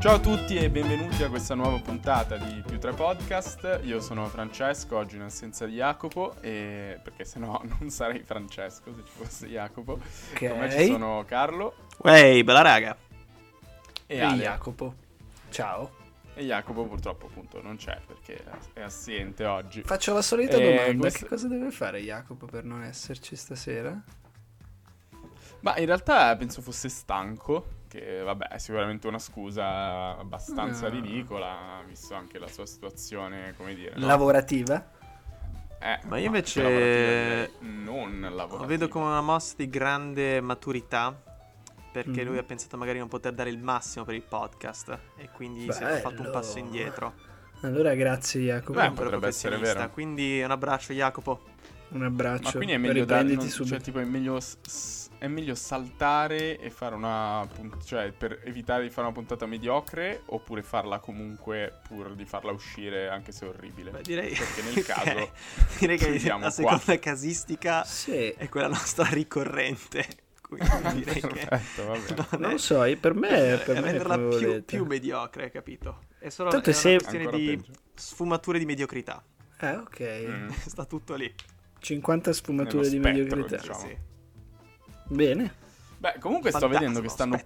Ciao a tutti e benvenuti a questa nuova puntata di Più 3 Podcast. Io sono Francesco, oggi in assenza di Jacopo, perché sennò non sarei Francesco se ci fosse Jacopo. Okay. Con me ci sono Carlo. Ehi, bella raga. E Jacopo. Ciao. E Jacopo purtroppo appunto non c'è perché è assente oggi. Faccio la solita domanda, questo... che cosa deve fare Jacopo per non esserci stasera? Ma in realtà penso fosse stanco, che vabbè è sicuramente una scusa abbastanza ridicola, visto anche la sua situazione, come dire, no? Lavorativa? Ma io invece non lavorativa. lo vedo come una mossa di grande maturità, perché lui ha pensato magari non poter dare il massimo per il podcast e quindi si è fatto un passo indietro. Allora grazie Jacopo. Beh, potrebbe essere vero. Quindi un abbraccio Jacopo. Un abbraccio. Ma quindi è meglio cioè tipo è meglio saltare e fare cioè per evitare di fare una puntata mediocre, oppure farla comunque pur di farla uscire anche se orribile. Beh, direi perché nel caso direi che la seconda casistica è quella nostra ricorrente. Quindi direi perfetto, vabbè. Non lo so, per me renderla più mediocre, capito? È solo una questione di sfumature di mediocrità. Ok. Sta tutto lì. 50 sfumature di mediocrità, diciamo. sì. Bene. Beh, comunque sto vedendo che stanno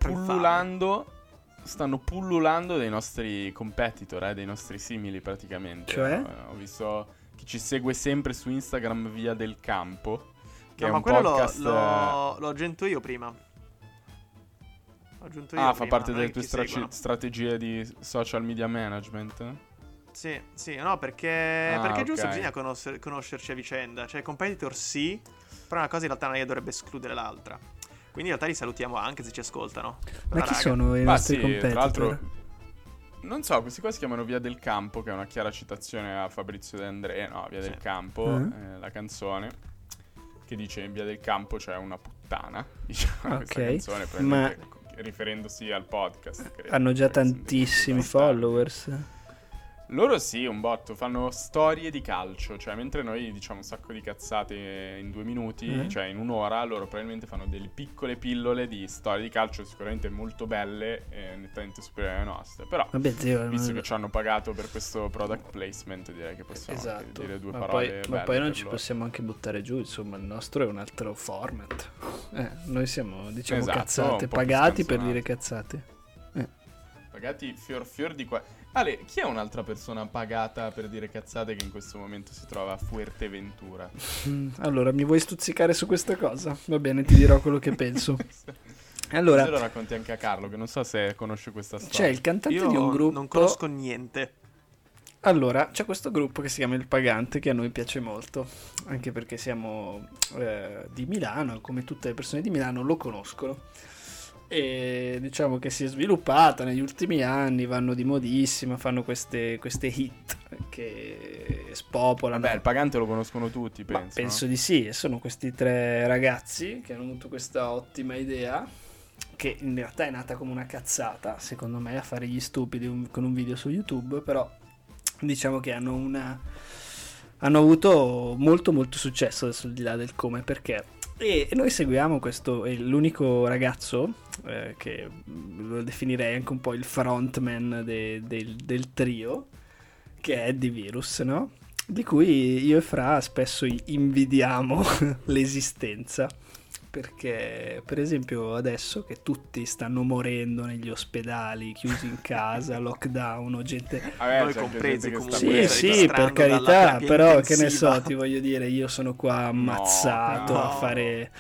pullulando dei nostri competitor, dei nostri simili praticamente. Cioè? Ho visto chi ci segue sempre su Instagram, Via del Campo, che è ma un quello podcast... l'ho aggiunto io prima. Fa parte delle tue strategie di social media management? Sì, no, perché è giusto, bisogna conoscerci a vicenda. Cioè, competitor sì, però una cosa in realtà non dovrebbe escludere l'altra. Quindi in realtà li salutiamo anche se ci ascoltano. Ma chi sono i nostri competitor? Tra l'altro, non so, questi qua si chiamano Via del Campo, che è una chiara citazione a Fabrizio De André, no? Via del Campo, la canzone, che dice in Via del Campo c'è una puttana, diciamo, questa canzone, riferendosi al podcast. Credo, hanno già tantissimi followers. Loro sì, un botto, fanno storie di calcio, cioè mentre noi diciamo un sacco di cazzate in 2 minuti, cioè in un'ora, loro probabilmente fanno delle piccole pillole di storie di calcio sicuramente molto belle e nettamente superiori alle nostre, però visto che ci hanno pagato per questo product placement direi che possiamo anche dire due parole ma poi non ci possiamo anche buttare giù, insomma il nostro è un altro format, noi siamo diciamo cazzate, pagati per dire cazzate, pagati fior di qua. Ale, chi è un'altra persona pagata per dire cazzate che in questo momento si trova a Fuerteventura? Allora, mi vuoi stuzzicare su questa cosa? Va bene, ti dirò quello che penso. Allora, se lo racconti anche a Carlo, che non so se conosce questa storia. C'è il cantante di un gruppo... non conosco niente. Allora, c'è questo gruppo che si chiama Il Pagante, che a noi piace molto, anche perché siamo di Milano, come tutte le persone di Milano lo conoscono. E diciamo che si è sviluppata negli ultimi anni, vanno di modissima, fanno queste hit che spopolano. Vabbè, Il Pagante lo conoscono tutti, penso. Penso di sì, e sono questi 3 ragazzi che hanno avuto questa ottima idea, che in realtà è nata come una cazzata, secondo me, a fare gli stupidi con un video su YouTube, però diciamo che hanno avuto molto molto successo, adesso al di là del come e perché. E noi seguiamo questo, è l'unico ragazzo che lo definirei anche un po' il frontman del trio, che è Eddie Virus, no? Di cui io e Fra spesso invidiamo l'esistenza, perché per esempio adesso che tutti stanno morendo negli ospedali, chiusi in casa, lockdown, o gente noi compresi comunque, sì, per carità, però intensiva. Che ne so, ti voglio dire, io sono qua ammazzato a fare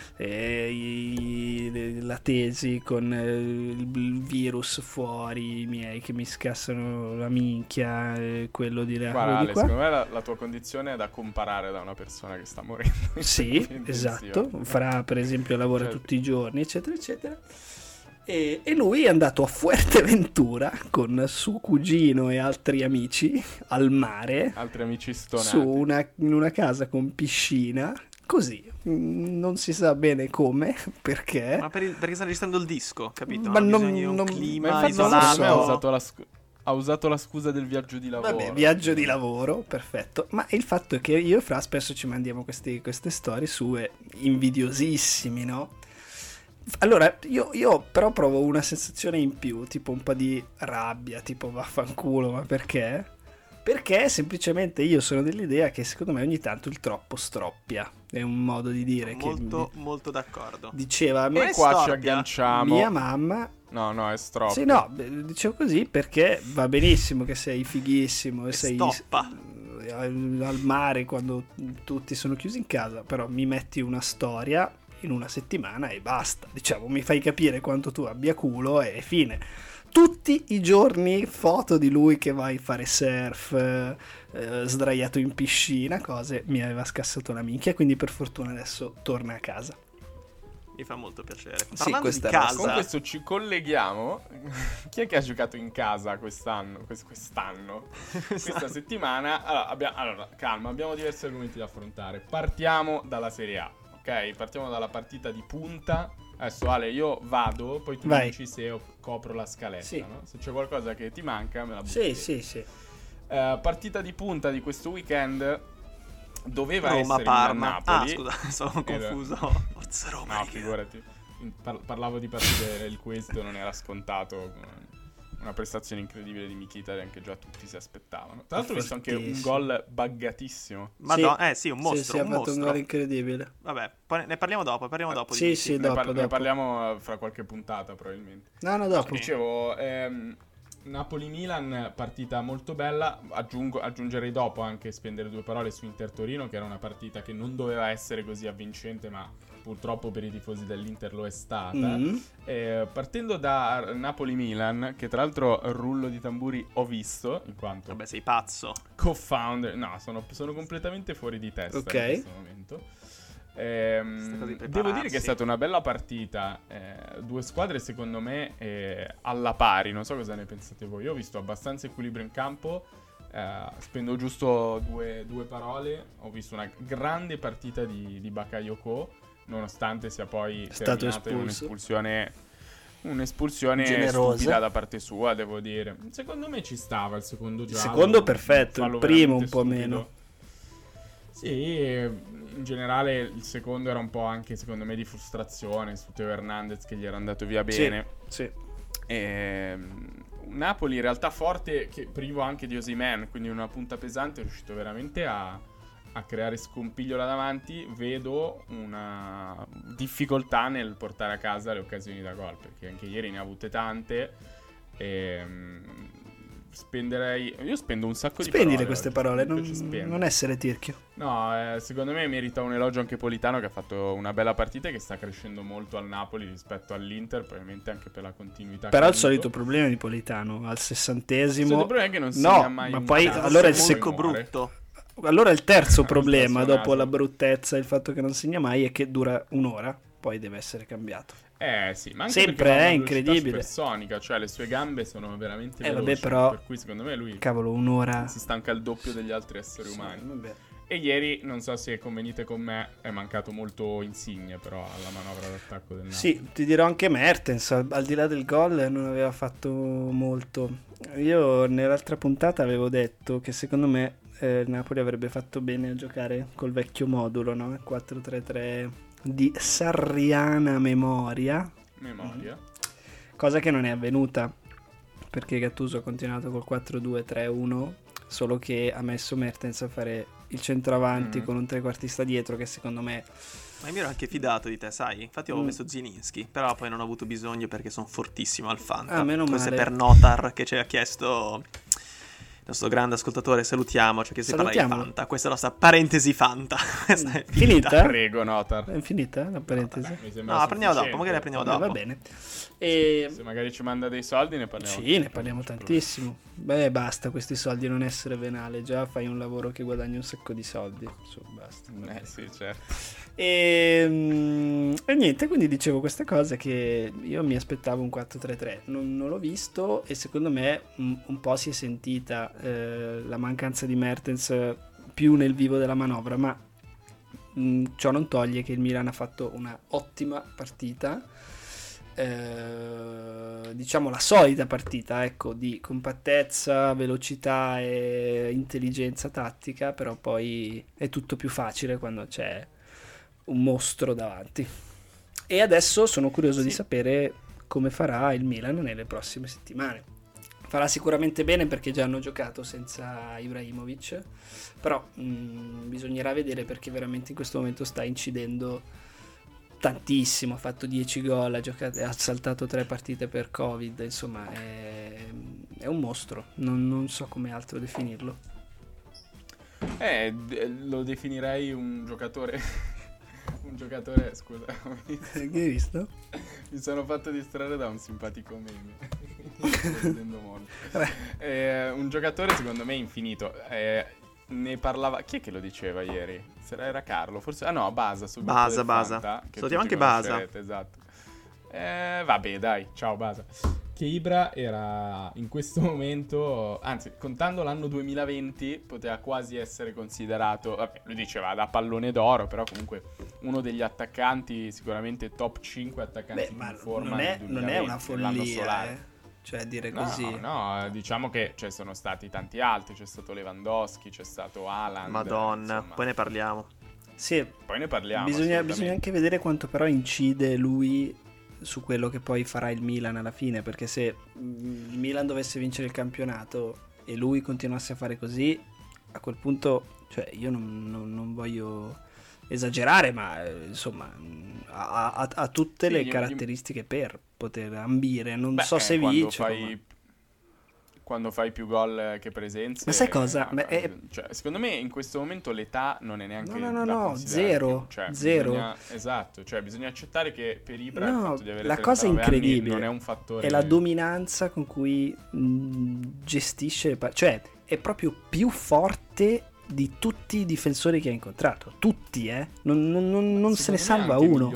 la tesi con il virus fuori, i miei che mi scassano la minchia, quello di là. Guarda, Ale, secondo me la tua condizione è da comparare da una persona che sta morendo. Sì, esatto. Fra per esempio lavora tutti i giorni, eccetera eccetera, e lui è andato a Fuerteventura con suo cugino e altri amici al mare, altri amici stonati, in una casa con piscina, così non si sa bene come, perché perché sta registrando il disco, capito? Ma non un clima isolato. Ha usato la scusa del viaggio di lavoro. Vabbè, viaggio di lavoro, perfetto. Ma il fatto è che io e Fra spesso ci mandiamo queste storie sue invidiosissimi, no? Allora, io però provo una sensazione in più, tipo un po' di rabbia, tipo vaffanculo, ma perché? Perché semplicemente io sono dell'idea che secondo me ogni tanto il troppo stroppia. È un modo di dire molto, molto d'accordo. Diceva a me E qua ci agganciamo. mia mamma. No, è stroppia. Sì, no, dicevo così perché va benissimo che sei fighissimo e sei stoppa al mare quando tutti sono chiusi in casa, però mi metti una storia in una settimana e basta. Diciamo, mi fai capire quanto tu abbia culo e fine. Tutti i giorni foto di lui che va a fare surf, sdraiato in piscina, cose, mi aveva scassato la minchia, quindi per fortuna adesso torna a casa. Mi fa molto piacere. Sì, Parlando di questa casa, Con questo ci colleghiamo. Chi è che ha giocato in casa quest'anno? Questa settimana? Allora, calma, abbiamo diversi argomenti da affrontare. Partiamo dalla Serie A, ok? Partiamo dalla partita di punta. Adesso Ale, io vado, poi tu mi dici se copro la scaletta, sì. no? Se c'è qualcosa che ti manca me la butti. Sì. Partita di punta di questo weekend. Doveva essere Roma-Parma. Napoli. Scusa, sono confuso. Forza Roma. No, figurati. Parlavo di partite, il questo non era scontato. Una prestazione incredibile di Mkhitaryan, anche già tutti si aspettavano. Tra l'altro ho visto anche un gol buggatissimo. Sì, un mostro. Sì, ha fatto un gol incredibile. Vabbè, poi ne parliamo dopo. Dopo dopo. Ne parliamo fra qualche puntata probabilmente. No, dopo. Dicevo, Napoli-Milan, partita molto bella. Aggiungerei dopo anche spendere due parole su Inter-Torino, che era una partita che non doveva essere così avvincente, ma purtroppo per i tifosi dell'Inter lo è stata. Partendo da Napoli-Milan, che tra l'altro rullo di tamburi ho visto, in quanto vabbè, sei pazzo. Co-founder. No, sono completamente fuori di testa in questo momento. Devo dire che è stata una bella partita. Due squadre secondo me alla pari. Non so cosa ne pensate voi. Io ho visto abbastanza equilibrio in campo. Spendo giusto due parole. Ho visto una grande partita di Bakayoko, nonostante sia poi stato terminata in un'espulsione generosa, stupida da parte sua, devo dire. Secondo me ci stava il secondo giallo. Il secondo perfetto, il primo un po' meno. Sì, in generale il secondo era un po' anche secondo me di frustrazione su Teo Hernandez, che gli era andato via bene. Sì. Napoli in realtà forte, che privo anche di Osimhen, quindi una punta pesante, è riuscito veramente a creare scompiglio là davanti. Vedo una difficoltà nel portare a casa le occasioni da gol, perché anche ieri ne ha avute tante. Io spendo un sacco di parole. Spendile queste parole, non essere tirchio. No, secondo me merita un elogio anche Politano, che ha fatto una bella partita e che sta crescendo molto al Napoli rispetto all'Inter, probabilmente anche per la continuità. Però il solito problema di Politano al 60esimo. Il solito problema è che non segna mai. Ma poi allora il secco brutto. Allora il terzo problema, dopo la bruttezza e il fatto che non segna mai, è che dura un'ora, poi deve essere cambiato. Sì, ma anche sempre è incredibile. Supersonica, cioè le sue gambe sono veramente veloci, vabbè, però, per cui secondo me lui cavolo, un'ora si stanca il doppio degli altri esseri umani. Vabbè. E ieri, non so se convenite con me, è mancato molto Insigne però alla manovra d'attacco del Napoli. Sì, ti dirò anche Mertens, al di là del gol non aveva fatto molto. Io nell'altra puntata avevo detto che secondo me Napoli avrebbe fatto bene a giocare col vecchio modulo, no? 4-3-3 di sarriana memoria. Cosa che non è avvenuta, perché Gattuso ha continuato col 4-2-3-1, solo che ha messo Mertens a fare il centravanti con un trequartista dietro, che secondo me... Ma io mi ero anche fidato di te, sai? Infatti avevo messo Zielinski, però poi non ho avuto bisogno perché sono fortissimo al Fanta. Meno Forse male. per Notar, che ci ha chiesto... Il nostro grande ascoltatore, salutiamo, cioè che si parla di Fanta. Questa è la nostra parentesi Fanta. Questa è finita? Prego, Notar. È finita la parentesi? No, la prendiamo dopo, magari la prendiamo dopo. Va bene. Se magari ci manda dei soldi ne parliamo. Sì, ne parliamo tantissimo. Beh, basta questi soldi, non essere venale. Già fai un lavoro che guadagni un sacco di soldi. Basta. Sì, certo. E niente, quindi dicevo questa cosa, che io mi aspettavo un 4-3-3, non l'ho visto, e secondo me un po' si è sentita la mancanza di Mertens più nel vivo della manovra, ma ciò non toglie che il Milan ha fatto una ottima partita, diciamo la solita partita, ecco, di compattezza, velocità e intelligenza tattica, però poi è tutto più facile quando c'è un mostro davanti. E adesso sono curioso di sapere come farà il Milan nelle prossime settimane. Farà sicuramente bene perché già hanno giocato senza Ibrahimovic, però bisognerà vedere, perché veramente in questo momento sta incidendo tantissimo. Ha fatto 10 gol, ha saltato 3 partite per Covid, insomma è un mostro, non so come altro definirlo. Lo definirei un giocatore scusa. Che hai visto? Mi sono fatto distrarre da un simpatico meme. Sto ridendo molto. Un giocatore secondo me infinito. Ne parlava. Chi è che lo diceva ieri? Era Carlo, forse. Ah no, Basa. Basa. Salutiamo anche Basa. Esatto. Vabbè, dai, ciao Basa. Che Ibra era in questo momento, anzi, contando l'anno 2020, poteva quasi essere considerato, vabbè, lui diceva da pallone d'oro, però comunque uno degli attaccanti, sicuramente top 5 attaccanti in forma. Non è una follia, cioè dire così. No, diciamo che sono stati tanti altri, c'è stato Lewandowski, c'è stato Haaland. Madonna, insomma. poi ne parliamo. Sì, poi ne parliamo. Bisogna anche vedere quanto però incide lui su quello che poi farà il Milan alla fine, perché se il Milan dovesse vincere il campionato e lui continuasse a fare così, a quel punto, cioè io non voglio esagerare, ma insomma ha tutte le caratteristiche per poter ambire, so se vince. Quando fai più gol che presenze. Ma sai cosa? Secondo me in questo momento l'età non è neanche no, zero. Esatto, cioè bisogna accettare che per Ibra il No, fatto di avere la cosa 39 incredibile anni non è un fattore. È la dominanza con cui gestisce, cioè è proprio più forte di tutti i difensori che ha incontrato. Tutti, non se ne salva uno.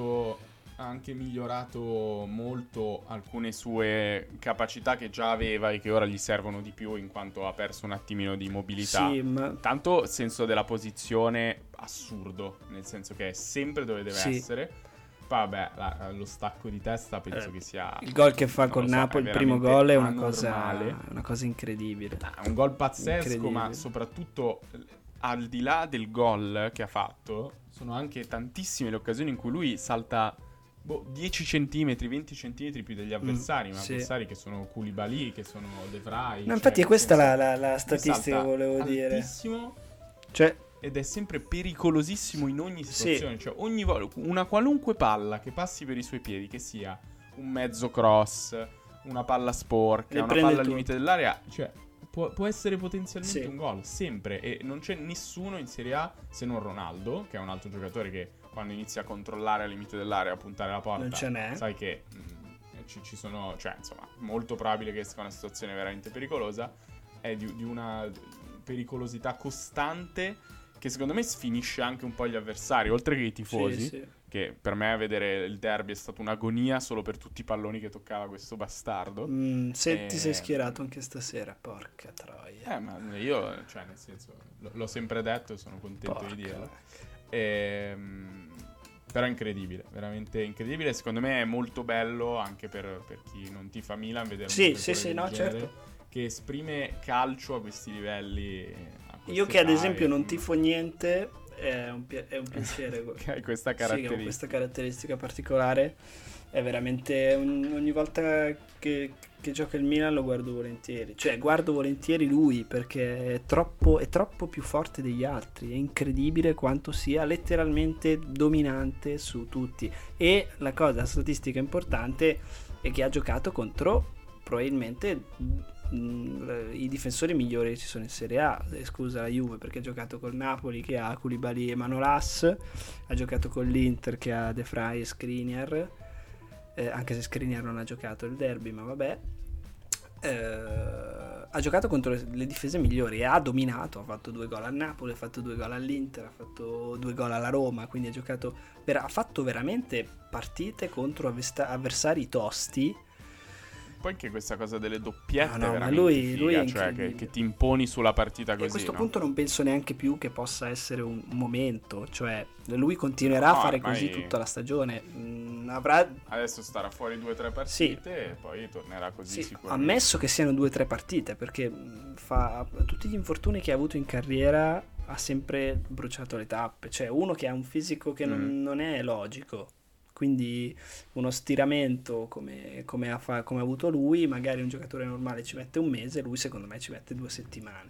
Ha anche migliorato molto alcune sue capacità che già aveva e che ora gli servono di più, in quanto ha perso un attimino di mobilità. Sì, ma... Tanto senso della posizione assurdo, nel senso che è sempre dove deve essere. Poi vabbè, lo stacco di testa penso che sia... Il gol che fa col Napoli, il primo gol, è una cosa incredibile. È un gol pazzesco, ma soprattutto al di là del gol che ha fatto, sono anche tantissime le occasioni in cui lui salta 10 centimetri, 20 centimetri più degli avversari, ma avversari che sono Koulibaly, che sono De Vrij. No, infatti è questa la statistica che volevo dire. Altissimo, cioè, ed è sempre pericolosissimo in ogni situazione. Cioè ogni volta, una qualunque palla che passi per i suoi piedi, che sia un mezzo cross, una palla sporca, una palla al limite dell'area, cioè può essere potenzialmente un gol, sempre. E non c'è nessuno in Serie A, se non Ronaldo, che è un altro giocatore che quando inizia a controllare al limite dell'area, a puntare la porta, non ce n'è. Sai che ci sono, cioè insomma, molto probabile che sia una situazione veramente pericolosa. È di una pericolosità costante che secondo me sfinisce anche un po' gli avversari, oltre che i tifosi, che per me vedere il derby è stata un'agonia solo per tutti i palloni che toccava questo bastardo. Ti sei schierato anche stasera, porca troia. Ma io, cioè nel senso, l'ho sempre detto e sono contento di dirlo. Però è incredibile, veramente incredibile. Secondo me è molto bello anche per chi non tifa Milan vedere un giocatore certo, che esprime calcio a questi livelli. Io che ad esempio non tifo niente, è un piacere. Che hai questa caratteristica. Sì, questa caratteristica particolare. È veramente ogni volta che gioca il Milan lo guardo volentieri. Cioè guardo volentieri lui, perché è troppo più forte degli altri. È incredibile quanto sia letteralmente dominante su tutti. E la statistica importante è che ha giocato contro probabilmente i difensori migliori che ci sono in Serie A, scusa la Juve, perché ha giocato col Napoli che ha Koulibaly e Manolas, ha giocato con l'Inter che ha De Vrij e Skriniar, anche se Skriniar non ha giocato il derby, ma vabbè, ha giocato contro le difese migliori e ha dominato, ha fatto 2 gol al Napoli, ha fatto 2 gol all'Inter, ha fatto 2 gol alla Roma, quindi ha fatto veramente partite contro avversari tosti. Poi anche questa cosa delle doppiette ma veramente lui è cioè che ti imponi sulla partita così. E a questo punto non penso neanche più che possa essere un momento, cioè lui continuerà a fare così tutta la stagione. Adesso starà fuori 2 o 3 partite e poi tornerà così sicuramente. Ammesso che siano 2 o 3 partite, perché tutti gli infortuni che ha avuto in carriera ha sempre bruciato le tappe. Cioè uno che ha un fisico che non è logico, quindi uno stiramento come ha avuto lui, magari un giocatore normale ci mette un mese, lui secondo me ci mette 2 settimane.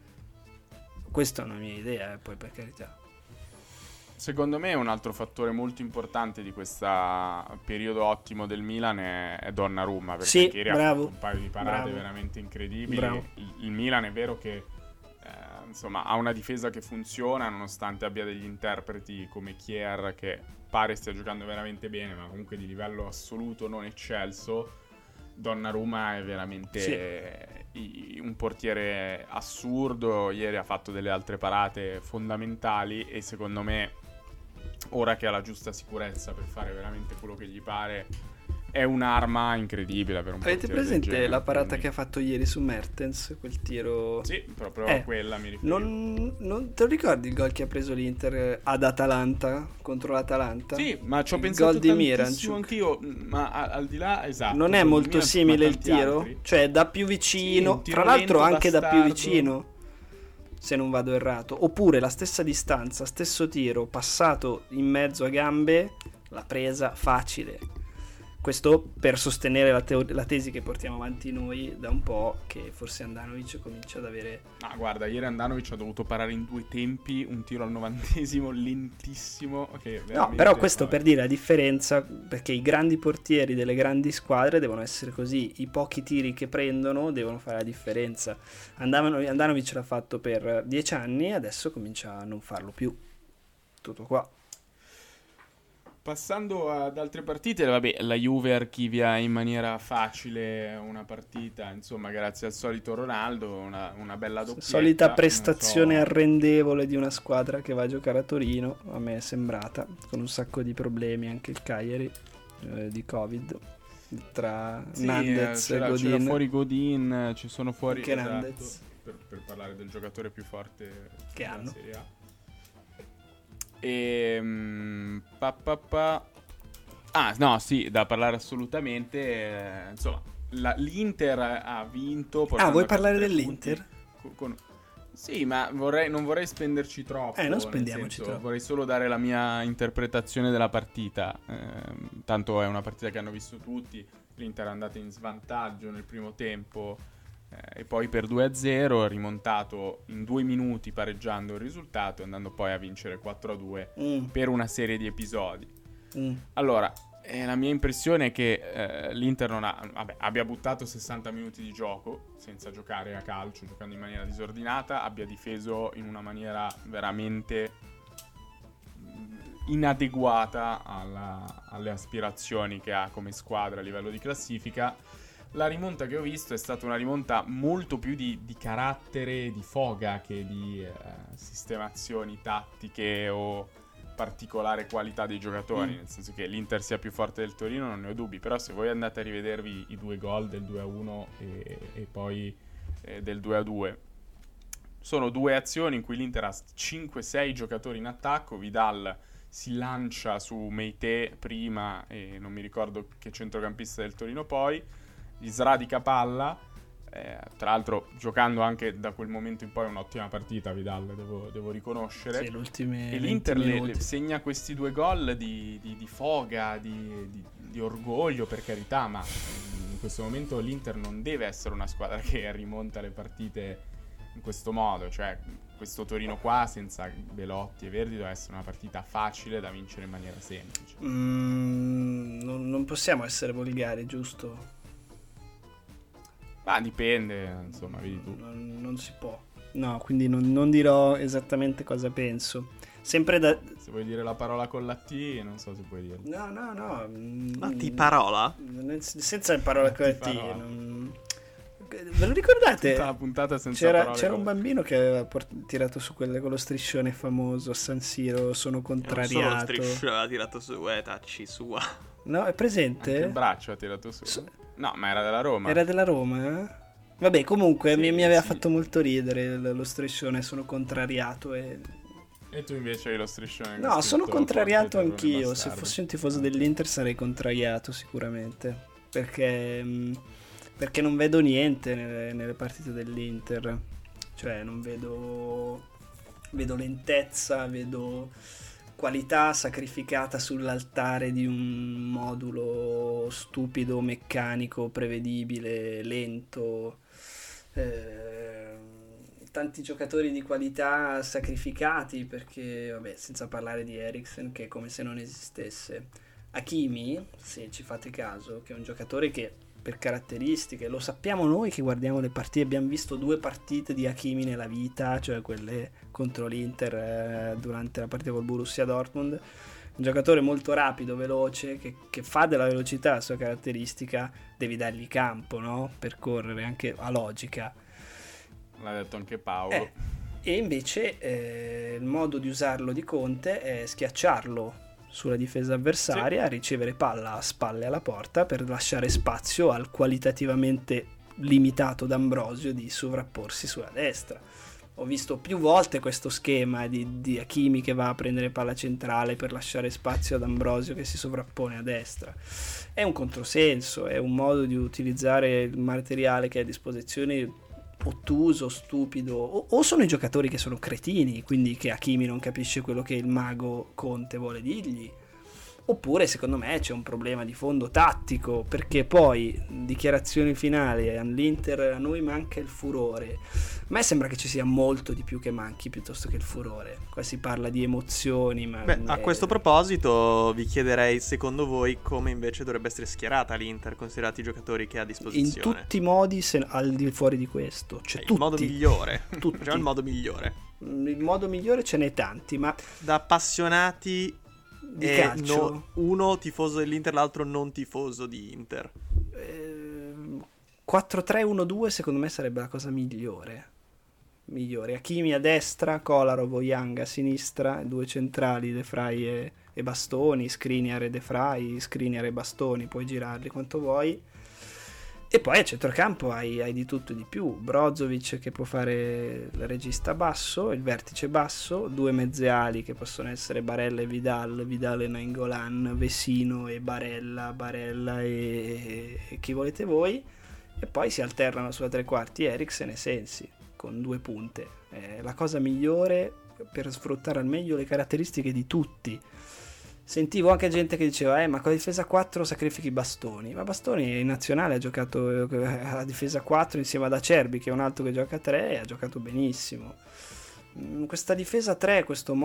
Questa è una mia idea, poi per carità. Secondo me un altro fattore molto importante di questo periodo ottimo del Milan è Donnarumma, perché sì, ieri ha fatto un paio di parate veramente incredibili. Il Milan è vero che insomma ha una difesa che funziona, nonostante abbia degli interpreti come Kjaer, che pare stia giocando veramente bene, ma comunque di livello assoluto non eccelso. Donnarumma è veramente un portiere assurdo. Ieri ha fatto delle altre parate fondamentali e secondo me, ora che ha la giusta sicurezza per fare veramente quello che gli pare, è un'arma incredibile per un Avete presente la parata che ha fatto ieri su Mertens? Quel tiro... Sì, proprio a quella mi riferivo. Non te lo ricordi il gol che ha preso l'Inter ad Atalanta, contro l'Atalanta? Sì, ma ci ho pensato tantissimo anch'io, ma al di là, esatto. Non è molto simile il tiro? Altri. Cioè da più vicino, tra l'altro anche da più vicino, se non vado errato. Oppure la stessa distanza, stesso tiro, passato in mezzo a gambe, l'ha presa facile. Questo per sostenere la tesi che portiamo avanti noi da un po', che forse Andanovic comincia ad avere... Ah, guarda, ieri Andanovic ha dovuto parare in 2 tempi un tiro al 90esimo lentissimo. Che no, però questo per dire la differenza, perché i grandi portieri delle grandi squadre devono essere così, i pochi tiri che prendono devono fare la differenza. Andanovic l'ha fatto per 10 anni, adesso comincia a non farlo più. Tutto qua. Passando ad altre partite, vabbè, la Juve archivia in maniera facile una partita, insomma, grazie al solito Ronaldo, una bella doppietta. Solita prestazione arrendevole di una squadra che va a giocare a Torino, a me è sembrata, con un sacco di problemi, anche il Cagliari, di Covid, tra Nandez e Godin. C'era fuori Godin, ci sono fuori... Anche Nandez. Per parlare del giocatore più forte che hanno. Serie A. No, sì, da parlare assolutamente. Insomma, l'Inter ha vinto. Vuoi parlare dell'Inter? Sì, ma non vorrei spenderci troppo. Non spendiamoci troppo. Vorrei solo dare la mia interpretazione della partita. Tanto è una partita che hanno visto tutti. L'Inter è andata in svantaggio nel primo tempo. E poi per 2-0 rimontato in 2 minuti pareggiando il risultato e andando poi a vincere 4-2 per una serie di episodi. Allora, la mia impressione è che l'Inter abbia buttato 60 minuti di gioco senza giocare a calcio, giocando in maniera disordinata, abbia difeso in una maniera veramente inadeguata alle aspirazioni che ha come squadra a livello di classifica. La rimonta che ho visto è stata una rimonta molto più di carattere, di foga, che di sistemazioni tattiche o particolare qualità dei giocatori. Nel senso che l'Inter sia più forte del Torino non ne ho dubbi, però se voi andate a rivedervi i 2 gol del 2-1 e poi del 2-2, sono 2 azioni in cui l'Inter ha 5-6 giocatori in attacco. Vidal si lancia su Meité prima e non mi ricordo che centrocampista del Torino poi, gli sradica palla, tra l'altro giocando anche da quel momento in poi un'ottima partita Vidal, devo riconoscere. Sì, e l'Inter segna questi 2 gol di foga, di orgoglio, per carità, ma in questo momento l'Inter non deve essere una squadra che rimonta le partite in questo modo, cioè questo Torino qua senza Belotti e Verdi deve essere una partita facile da vincere in maniera semplice. Non possiamo essere volgari, giusto? Ma dipende, insomma, vedi tu. Non si può. No, quindi non dirò esattamente cosa penso. Sempre da... Se vuoi dire la parola con la T, non so se puoi dirla. No. La T parola? Senza la parola con la T. Ve lo ricordate? Tutta la puntata senza c'era un bambino che aveva tirato su quelle con lo striscione famoso a San Siro, sono contrariato. Non solo lo striscione ha tirato su, tacci sua. No, è presente? Anche il braccio ha tirato su. No, ma era della Roma. Era della Roma, eh? Vabbè, comunque sì, mi aveva fatto molto ridere lo striscione, sono contrariato e tu invece hai lo striscione? No, sono contrariato anch'io. Se fossi un tifoso dell'Inter sarei contrariato sicuramente, perché non vedo niente nelle partite dell'Inter. Cioè non vedo lentezza, vedo qualità sacrificata sull'altare di un modulo stupido, meccanico, prevedibile, lento. Tanti giocatori di qualità sacrificati perché, vabbè, senza parlare di Eriksen che è come se non esistesse. Hakimi, se ci fate caso, che è un giocatore che per caratteristiche, lo sappiamo noi che guardiamo le partite, abbiamo visto 2 partite di Hakimi nella vita, cioè quelle contro l'Inter durante la partita col Borussia Dortmund, un giocatore molto rapido, veloce, che fa della velocità la sua caratteristica, devi dargli campo, no? Per correre, anche a logica. L'ha detto anche Paolo. E invece il modo di usarlo di Conte è schiacciarlo sulla difesa avversaria, ricevere palla a spalle alla porta per lasciare spazio al qualitativamente limitato D'Ambrosio di sovrapporsi sulla destra. Ho visto più volte questo schema di Hakimi che va a prendere palla centrale per lasciare spazio ad D'Ambrosio che si sovrappone a destra. È un controsenso, è un modo di utilizzare il materiale che è a disposizione ottuso, stupido, o sono i giocatori che sono cretini, quindi che Hakimi non capisce quello che il mago Conte vuole dirgli, oppure secondo me c'è un problema di fondo tattico, perché poi dichiarazioni finali all'Inter, a noi manca il furore. A me sembra che ci sia molto di più che manchi piuttosto che il furore. Qua si parla di emozioni, ma a questo proposito vi chiederei, secondo voi, come invece dovrebbe essere schierata l'Inter, considerati i giocatori che ha a disposizione? In tutti i modi, al di fuori di questo, cioè il tutti, modo migliore. tutti. Già il modo migliore. Il modo migliore ce n'è tanti, ma da appassionati di calcio, uno tifoso dell'Inter, l'altro non tifoso di Inter. 4-3-1-2 secondo me sarebbe la cosa migliore. Hakimi a destra, Kolarov o Young a sinistra, 2 centrali, De Vrij e Bastoni, Skriniar e De Vrij, Skriniar e Bastoni, puoi girarli quanto vuoi. E poi a centrocampo hai di tutto e di più. Brozovic che può fare il regista basso, il vertice basso, 2 mezzeali che possono essere Barella e Vidal e Nainggolan, Vesino e Barella e chi volete voi, e poi si alternano sulla tre quarti Eriksen e Sensi con 2 punte. È la cosa migliore per sfruttare al meglio le caratteristiche di tutti. Sentivo anche gente che diceva ma con la difesa 4 sacrifichi Bastoni, ma Bastoni in nazionale ha giocato a difesa 4 insieme ad Acerbi, che è un altro che gioca a 3, e ha giocato benissimo. Questa difesa 3, questo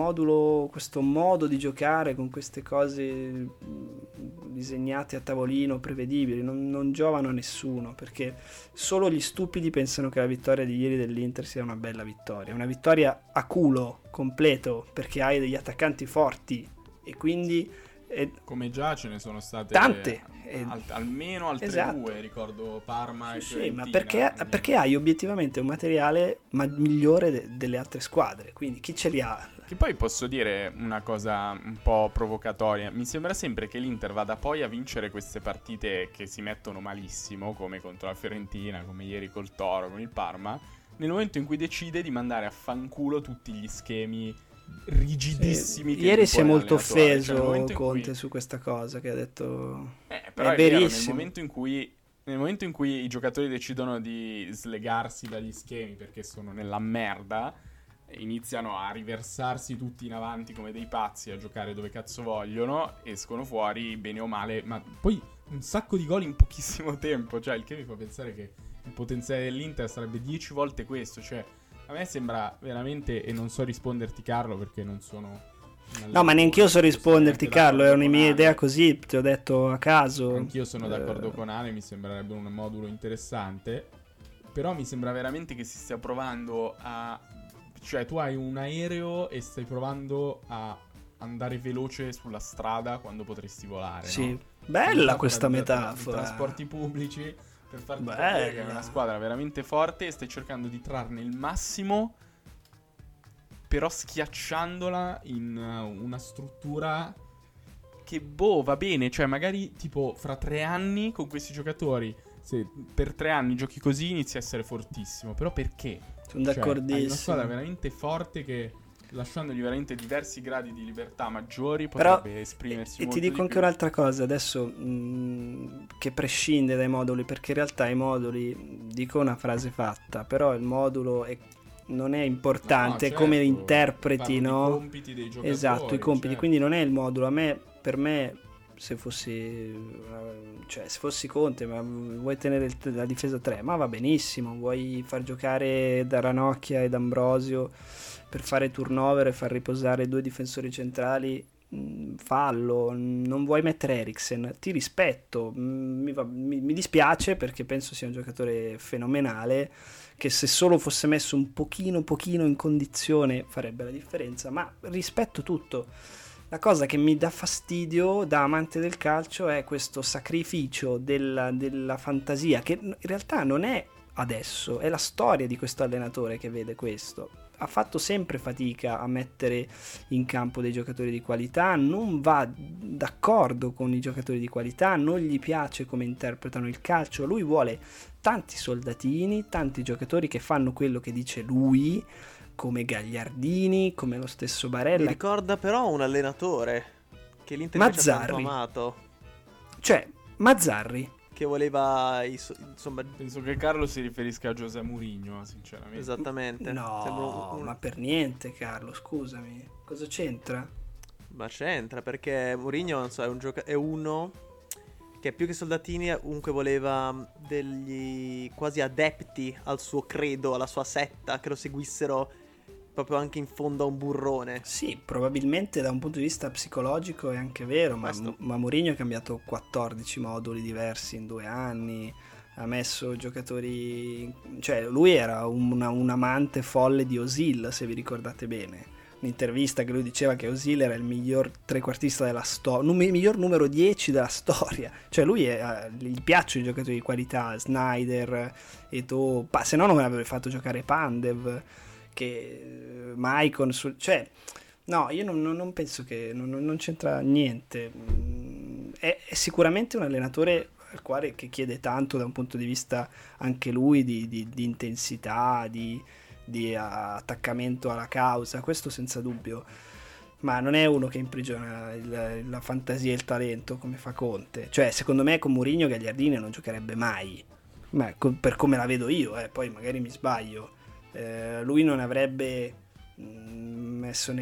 modo di giocare con queste cose disegnate a tavolino, prevedibili, non giovano a nessuno, perché solo gli stupidi pensano che la vittoria di ieri dell'Inter sia una bella vittoria, una vittoria a culo completo, perché hai degli attaccanti forti. E quindi come già ce ne sono state tante, almeno altre 2, ricordo Parma e Fiorentina. Ma perché hai obiettivamente un materiale migliore delle altre squadre, quindi chi ce li ha? Che poi posso dire una cosa un po' provocatoria, mi sembra sempre che l'Inter vada poi a vincere queste partite che si mettono malissimo, come contro la Fiorentina, come ieri col Toro, con il Parma, nel momento in cui decide di mandare a fanculo tutti gli schemi rigidissimi. Che ieri si è molto offeso Conte su questa cosa, che ha detto però è verissimo. Nel momento in cui i giocatori decidono di slegarsi dagli schemi perché sono nella merda, iniziano a riversarsi tutti in avanti come dei pazzi, a giocare dove cazzo vogliono, escono fuori bene o male, ma poi un sacco di gol in pochissimo tempo, cioè il che mi fa pensare che il potenziale dell'Inter sarebbe 10 volte questo, cioè a me sembra veramente, e non so risponderti Carlo perché non sono... No, ma neanche io so risponderti Carlo, è una mia idea così, ti ho detto a caso. Anch'io sono d'accordo con Ale, mi sembrerebbe un modulo interessante, però mi sembra veramente che si stia provando a... Cioè tu hai un aereo e stai provando a andare veloce sulla strada quando potresti volare, sì, no? Bella questa metafora. Trasporti pubblici... per farti capire che è una squadra veramente forte e stai cercando di trarne il massimo, però schiacciandola in una struttura che va bene, cioè magari tipo fra 3 anni con questi giocatori, se per 3 anni giochi così inizi a essere fortissimo, però perché? Sono d'accordissimo. Hai una squadra veramente forte che, lasciandogli veramente diversi gradi di libertà maggiori, potrebbe esprimersi molto. E ti dico anche un'altra cosa adesso, che prescinde dai moduli, perché in realtà i moduli, dico una frase fatta, però il modulo è non è importante, certo, come interpreti, no? I compiti dei giocatori. Esatto, i compiti, certo. quindi non è il modulo. Per me, se fossi Conte, ma vuoi tenere la difesa 3, ma va benissimo, vuoi far giocare da Ranocchia ed Ambrosio per fare turnover e far riposare 2 difensori centrali, fallo. Non vuoi mettere Eriksen, ti rispetto, mi dispiace perché penso sia un giocatore fenomenale, che se solo fosse messo un pochino in condizione farebbe la differenza, ma rispetto tutto. La cosa che mi dà fastidio da amante del calcio è questo sacrificio della fantasia, che in realtà non è adesso, è la storia di questo allenatore che vede questo. Ha fatto sempre fatica a mettere in campo dei giocatori di qualità, non va d'accordo con i giocatori di qualità, non gli piace come interpretano il calcio, lui vuole tanti soldatini, tanti giocatori che fanno quello che dice lui, come Gagliardini, come lo stesso Barella. Mi ricorda però un allenatore che l'Inter ha tanto amato. Cioè, Mazzarri. Che voleva, insomma... Penso che Carlo si riferisca a José Mourinho, sinceramente. Esattamente. No, ma per niente, Carlo, scusami. Cosa c'entra? Ma c'entra, perché Mourinho, non so, è uno che più che soldatini comunque voleva degli quasi adepti al suo credo, alla sua setta, che lo seguissero proprio anche in fondo a un burrone. Sì, probabilmente da un punto di vista psicologico è anche vero, ma Mourinho ha cambiato 14 moduli diversi in 2 anni, ha messo giocatori... Cioè, lui era un amante folle di Özil, se vi ricordate bene. Un'intervista che lui diceva che Özil era il miglior trequartista della storia, il miglior numero 10 della storia. Cioè lui gli piacciono i giocatori di qualità, Snyder, Eto'o, se no non avrebbe fatto giocare Pandev, che Maicon, cioè no, io non penso che non c'entra niente. È sicuramente un allenatore al quale che chiede tanto da un punto di vista anche lui di intensità, di attaccamento alla causa, questo senza dubbio, ma non è uno che imprigiona la fantasia e il talento come fa Conte. Cioè, secondo me con Mourinho Gagliardini non giocherebbe mai, ma per come la vedo io, poi magari mi sbaglio. Lui non avrebbe messo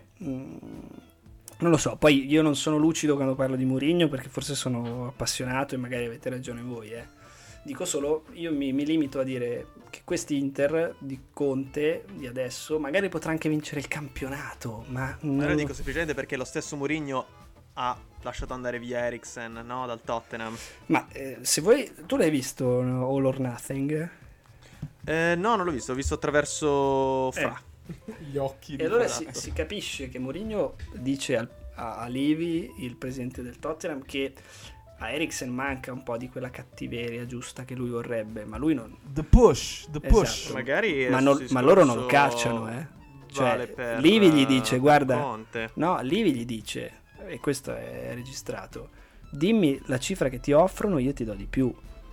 non lo so, poi io non sono lucido quando parlo di Mourinho perché forse sono appassionato e magari avete ragione voi, dico solo, io mi limito a dire che questi Inter di Conte di adesso magari potrà anche vincere il campionato, ma lo dico semplicemente perché lo stesso Mourinho ha lasciato andare via Eriksen, no, dal Tottenham. Ma se vuoi, tu l'hai visto All or Nothing? No, non l'ho visto, l'ho visto attraverso gli occhi. E allora si capisce che Mourinho dice a Levy, il presidente del Tottenham, che a Eriksen manca un po' di quella cattiveria giusta che lui vorrebbe, ma lui non... The push. Esatto. Magari ma loro non lo cacciano, Cioè, vale Levy gli dice, guarda... Conte. No, Levy gli dice, e questo è registrato, dimmi la cifra che ti offrono, io ti do di più.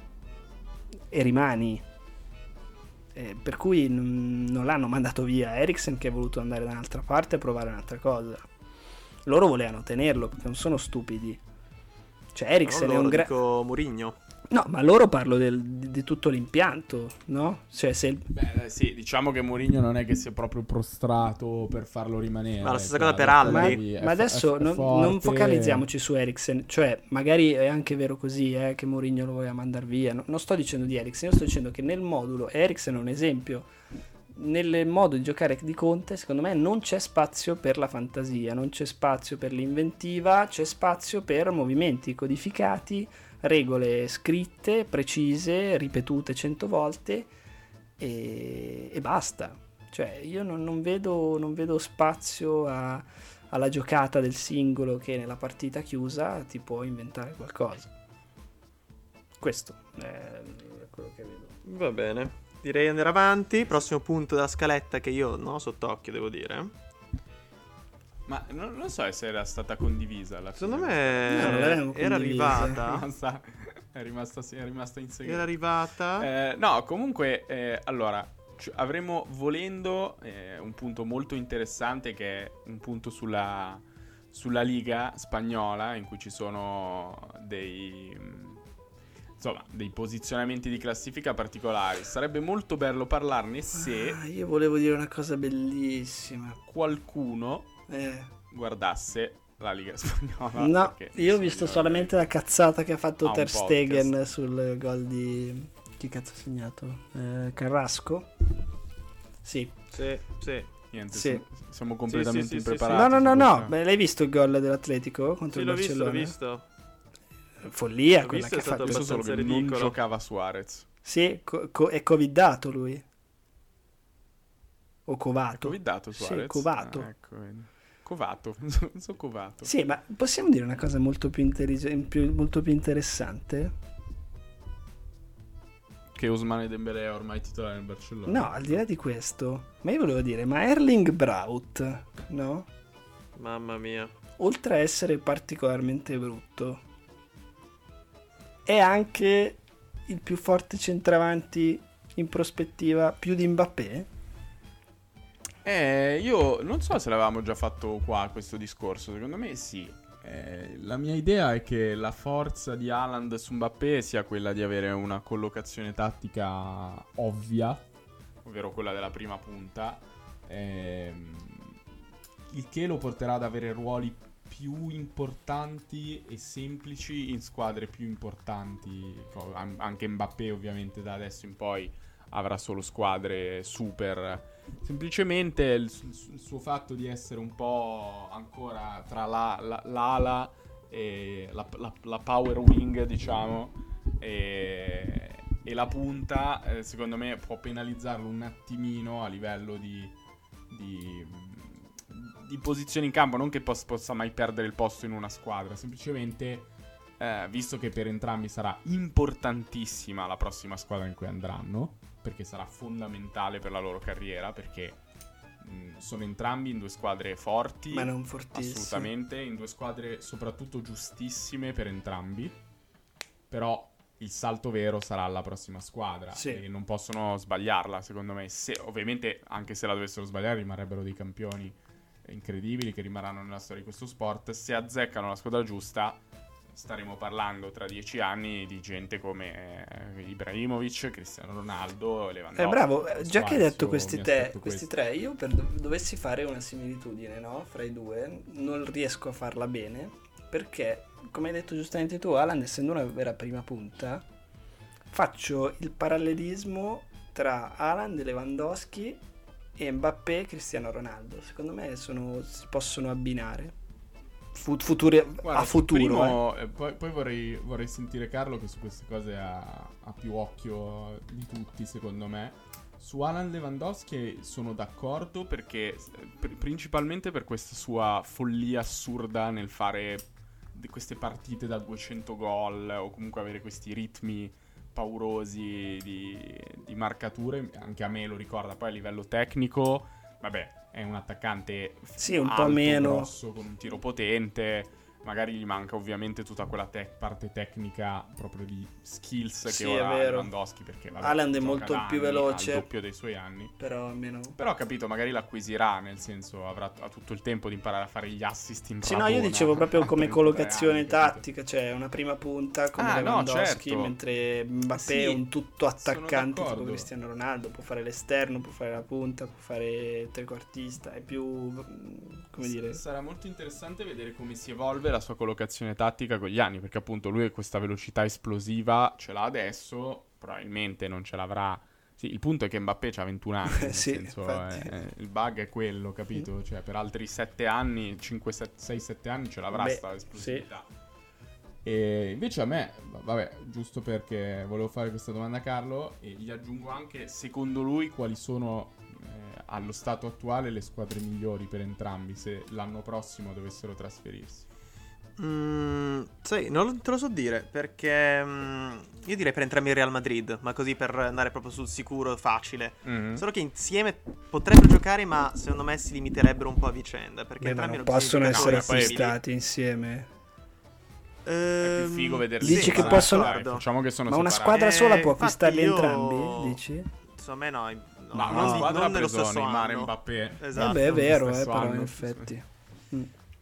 E rimani... per cui non l'hanno mandato via Eriksen, che ha voluto andare da un'altra parte a provare un'altra cosa. Loro volevano tenerlo perché non sono stupidi. Cioè Eriksen è un dico Mourinho. No, ma loro parlo di tutto l'impianto, no? Cioè se sì, diciamo che Mourinho non è che sia proprio prostrato per farlo rimanere. Ma la stessa cosa per Alli. Ma adesso non focalizziamoci su Eriksen. Cioè magari è anche vero così, che Mourinho lo voleva mandare via. Non sto dicendo di Eriksen, io sto dicendo che nel modulo Eriksen è un esempio. Nel modo di giocare di Conte, secondo me, non c'è spazio per la fantasia, non c'è spazio per l'inventiva, c'è spazio per movimenti codificati, regole scritte, precise, ripetute 100 volte e basta. Cioè io non vedo spazio alla giocata del singolo che nella partita chiusa ti può inventare qualcosa. Questo è quello che vedo. Va bene, direi di andare avanti. Prossimo punto della scaletta che io non ho sott'occhio, devo dire. Ma non so se era stata condivisa alla fine. Secondo me era arrivata. È rimasta in segreto. Era arrivata. No, comunque, allora, avremo volendo un punto molto interessante che è un punto sulla Liga spagnola, in cui ci sono insomma, dei posizionamenti di classifica particolari. Sarebbe molto bello parlarne se io volevo dire una cosa bellissima. qualcuno guardasse la Liga Spagnola. No, io ho visto solamente la cazzata che ha fatto Ter Stegen sul gol di... Chi cazzo ha segnato? Carrasco? Sì. Niente, sì. siamo completamente impreparati. No. Beh, l'hai visto il gol dell'Atletico contro il Barcellona? L'ho visto. Follia L'ho quella visto, che ha fatto. Penso solo che non ridicolo. giocava Suarez. Sì, è covidato lui. O covato. Covidato Suarez? Sì, covato. Ecco, vedi. Covato, sono covato. Sì, ma possiamo dire una cosa molto più molto più interessante? Che Ousmane Dembélé è ormai titolare nel Barcellona. No, al di là di questo, ma io volevo dire, ma Erling Braut, no? Mamma mia. Oltre a essere particolarmente brutto, è anche il più forte centravanti in prospettiva, più di Mbappé? Io non so se l'avevamo già fatto qua questo discorso, secondo me sì. La mia idea è che la forza di Haaland su Mbappé sia quella di avere una collocazione tattica ovvia, ovvero quella della prima punta, il che lo porterà ad avere ruoli più importanti e semplici in squadre più importanti. Anche Mbappé ovviamente da adesso in poi avrà solo squadre super. Semplicemente il suo fatto di essere un po' ancora tra l'ala e la power wing, diciamo, e la punta, secondo me può penalizzarlo un attimino a livello di posizione in campo. Non che possa mai perdere il posto in una squadra, semplicemente visto che per entrambi sarà importantissima la prossima squadra in cui andranno, perché sarà fondamentale per la loro carriera, perché sono entrambi in due squadre forti, ma non fortissime, assolutamente, in due squadre soprattutto giustissime per entrambi, però il salto vero sarà alla prossima squadra, sì, e non possono sbagliarla, secondo me. Ovviamente, anche se la dovessero sbagliare, rimarrebbero dei campioni incredibili che rimarranno nella storia di questo sport. Se azzeccano la squadra giusta, staremo parlando tra 10 anni di gente come Ibrahimovic, Cristiano Ronaldo, Lewandowski. Bravo, già che hai detto questi tre, io dovessi fare una similitudine, no? Fra i due, non riesco a farla bene, perché, come hai detto giustamente tu, Haaland, essendo una vera prima punta, faccio il parallelismo tra Haaland, Lewandowski e Mbappé e Cristiano Ronaldo. Secondo me si possono abbinare. Guarda, a futuro. Poi vorrei sentire Carlo, che su queste cose ha più occhio di tutti, secondo me. Su Haaland Lewandowski sono d'accordo, perché principalmente per questa sua follia assurda nel fare queste partite da 200 gol, o comunque avere questi ritmi paurosi di marcature. Anche a me lo ricorda. Poi a livello tecnico, vabbè, è un attaccante un alto, po' meno grosso, con un tiro potente. Magari gli manca ovviamente tutta quella parte tecnica, proprio di skills, sì, che ora ha vero. Lewandowski, perché Haaland è molto più veloce, al doppio dei suoi anni. Però almeno, capito, magari l'acquisirà, nel senso ha tutto il tempo di imparare a fare gli assist in sì, Rabona. no, io dicevo proprio come 33 collocazione anni, tattica, cioè una prima punta come Lewandowski, certo. Mentre Mbappé Sì, è un tutto attaccante sono tipo Cristiano Ronaldo, può fare l'esterno, può fare la punta, può fare il trequartista, è più, come dire, sarà molto interessante vedere come si evolve la sua collocazione tattica con gli anni, perché appunto lui questa velocità esplosiva ce l'ha adesso, probabilmente non ce l'avrà. Sì, il punto è che Mbappé ha 21 anni, nel sì, senso, il bug è quello, capito? Cioè, per altri 7 anni, 5, 6, 7 anni ce l'avrà sta esplosività. Sì. E invece a me, vabbè, giusto perché volevo fare questa domanda a Carlo, e gli aggiungo anche, secondo lui, quali sono allo stato attuale le squadre migliori per entrambi, se l'anno prossimo dovessero trasferirsi. Sì, non te lo so dire, perché io direi per entrambi il Real Madrid, ma così per andare proprio sul sicuro, facile. Solo che insieme potrebbero giocare, ma secondo me si limiterebbero un po' a vicenda, perché entrambi non possono essere acquistati insieme. È più figo vederli. Dici che possono, facciamo che sono ma una separati. squadra sola può acquistarli entrambi, dici? Insomma, me no. Una squadra non ha nello preso stesso Neymar e anno. Mbappé. Esatto. Beh, è vero, Stesso però anno. in effetti.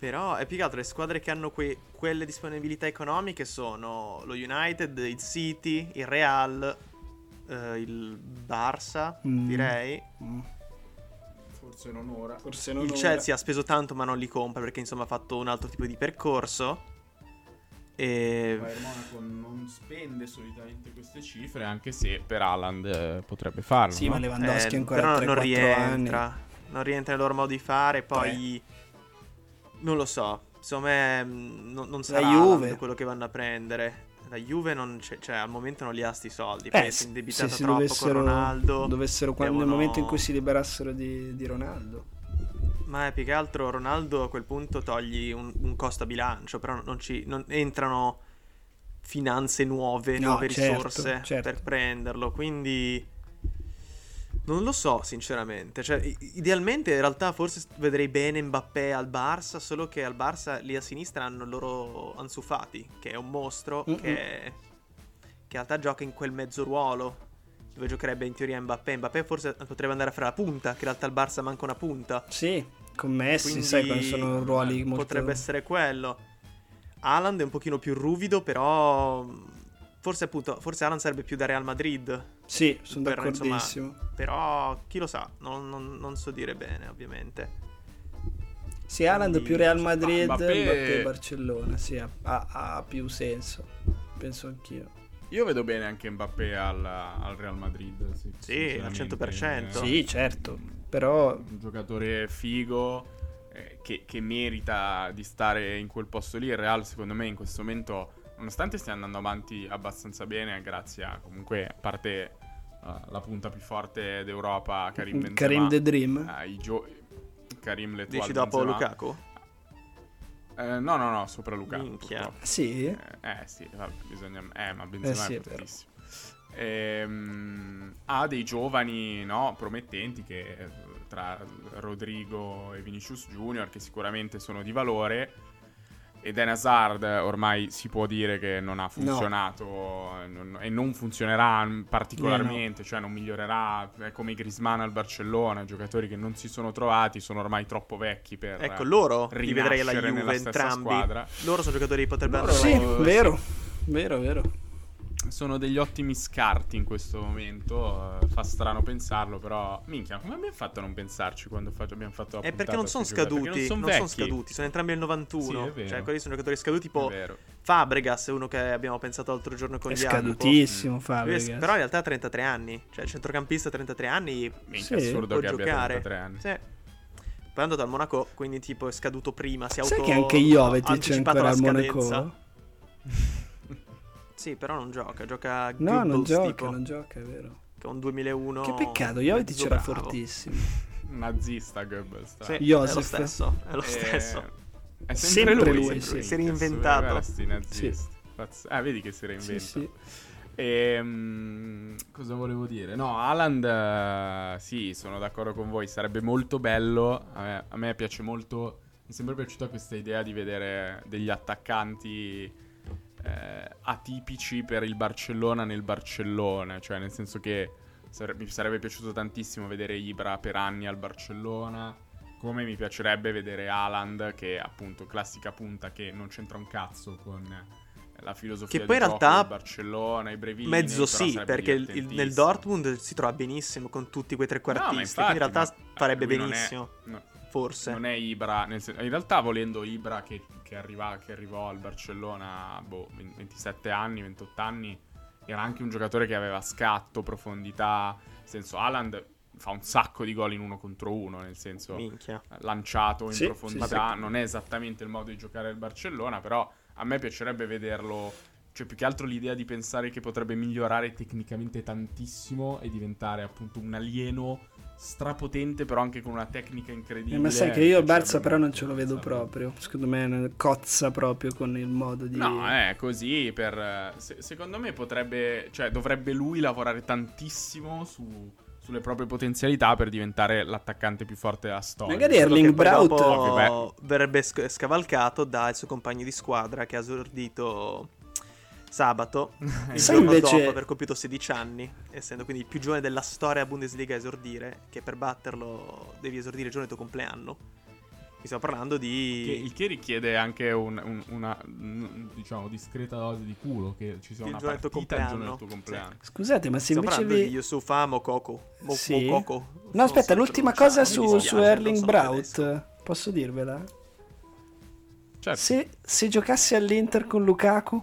Però è più che altro le squadre che hanno quelle disponibilità economiche sono lo United, il City, il Real, il Barça, direi. Forse non ora. Il Chelsea ha speso tanto ma non li compra perché insomma ha fatto un altro tipo di percorso. E Bayern Monaco non spende solitamente queste cifre, anche se per Haaland potrebbe farlo. Sì, no? ma Lewandowski ancora però 3-4 non anni. non rientra nel loro modo di fare. Poi non lo so, secondo me non sarà Juve. Haaland quello che vanno a prendere. La Juve non c'è, cioè al momento non li ha sti soldi. Poi si è indebitata troppo con Ronaldo. Nel momento in cui si liberassero di Ronaldo. Ma è più che altro Ronaldo a quel punto togli un costo a bilancio, però non entrano finanze nuove, nuove risorse per prenderlo, quindi non lo so sinceramente. Cioè, idealmente in realtà forse vedrei bene Mbappé al Barça, solo che al Barça lì a sinistra hanno il loro Ansu Fati, che è un mostro, che in realtà gioca in quel mezzo ruolo dove giocherebbe in teoria Mbappé. Mbappé forse potrebbe andare a fare la punta, che in realtà al Barça manca una punta. Sì, con Messi, quindi sai quando sono ruoli molto... potrebbe essere quello. Haaland è un pochino più ruvido, però forse Haaland sarebbe più da Real Madrid. Sì, sono d'accordissimo. Insomma, però chi lo sa, non so dire bene ovviamente. Sì, Haaland più Real Madrid, Mbappé Barcellona, sì, ha più senso, penso anch'io. Io vedo bene anche Mbappé al Real Madrid. Sì, al 100%. Sì, certo, però... Un giocatore figo che merita di stare in quel posto lì. Il Real, secondo me, in questo momento, nonostante stia andando avanti abbastanza bene, grazie a, comunque, a parte la punta più forte d'Europa, Karim Benzema. Karim the Dream. Karim l'Etoile. Dici dopo Lukaku? No, sopra Lukaku. Minchia. Sì? Sì, bisogna... ma Benzema sì, è fortissimo. Ha dei giovani, no, promettenti, che tra Rodrigo e Vinicius Junior, che sicuramente sono di valore. Eden Hazard ormai si può dire che non ha funzionato, e non funzionerà particolarmente, cioè non migliorerà. È come i Griezmann al Barcellona, giocatori che non si sono trovati, sono ormai troppo vecchi per loro li vedrei alla Juve entrambi. Squadra. Loro sono giocatori che potrebbero Sì, vero. Sono degli ottimi scarti in questo momento. Fa strano pensarlo, però minchia, come abbiamo fatto a non pensarci quando abbiamo fatto la puntata? È perché non sono scaduti, sono scaduti, sono entrambi del 91. Sì, cioè quelli sono giocatori scaduti, tipo Fabregas è uno che abbiamo pensato l'altro giorno con gli altri. È scadutissimo Fabregas. Però in realtà ha 33 anni, cioè centrocampista 33 anni, minchia, assurdo che giocare. Abbia 33 anni. Sì. Poi è andato al Monaco, quindi tipo è scaduto prima, sai che anche Jovetic è ancora al Monaco? Sì, però non gioca No, non tipo, gioca, è vero. Che è un 2001. Che peccato, Jovetic era fortissimo. Nazista Goebbels. Sì, è lo stesso. È sempre lui, si è reinventato. Sì. Vedi che si reinventa. Sì. Cosa volevo dire? No, Haaland, sì, sono d'accordo con voi. Sarebbe molto bello. A me piace molto. Mi è sempre piaciuta questa idea di vedere degli attaccanti atipici per il Barcellona nel Barcellona. Cioè, nel senso che mi sarebbe piaciuto tantissimo vedere Ibra per anni al Barcellona. Come mi piacerebbe vedere Haaland, che è appunto classica punta che non c'entra un cazzo con la filosofia che poi di in realtà del Barcellona, i brevini. Mezzo sì, perché nel Dortmund si trova benissimo con tutti quei trequartisti. Quindi in realtà farebbe benissimo. Forse non è Ibra, in realtà volendo Ibra che arrivò al Barcellona 27 anni, 28 anni, era anche un giocatore che aveva scatto, profondità. Nel senso, Haaland fa un sacco di gol in 1 contro 1, nel senso, lanciato in profondità. Non è esattamente il modo di giocare del Barcellona, però a me piacerebbe vederlo. Cioè, più che altro l'idea di pensare che potrebbe migliorare tecnicamente tantissimo e diventare appunto un alieno strapotente, però anche con una tecnica incredibile. Ma sai che io il Barça però non ce lo vedo proprio. Secondo me cozza proprio con il modo di... No, è così secondo me dovrebbe lui lavorare tantissimo sulle proprie potenzialità per diventare l'attaccante più forte della storia. Magari Erling Braut verrebbe scavalcato dal suo compagno di squadra che ha esordito sabato, il giorno dopo aver compiuto 16 anni, essendo quindi il più giovane della storia Bundesliga a esordire, che per batterlo devi esordire il giorno del tuo compleanno. stiamo parlando di... Il che richiede anche una diciamo discreta dose di culo, che ci sia Il una giorno del tuo partita il giorno del compleanno. tuo compleanno. Scusate, ma se Stiamo invece parlando vi... di Yusufa Mokoko. Sì. Mokoko. No, aspetta, l'ultima cosa su Erling non so Braut, posso dirvela? Certo. Se giocassi all'Inter con Lukaku?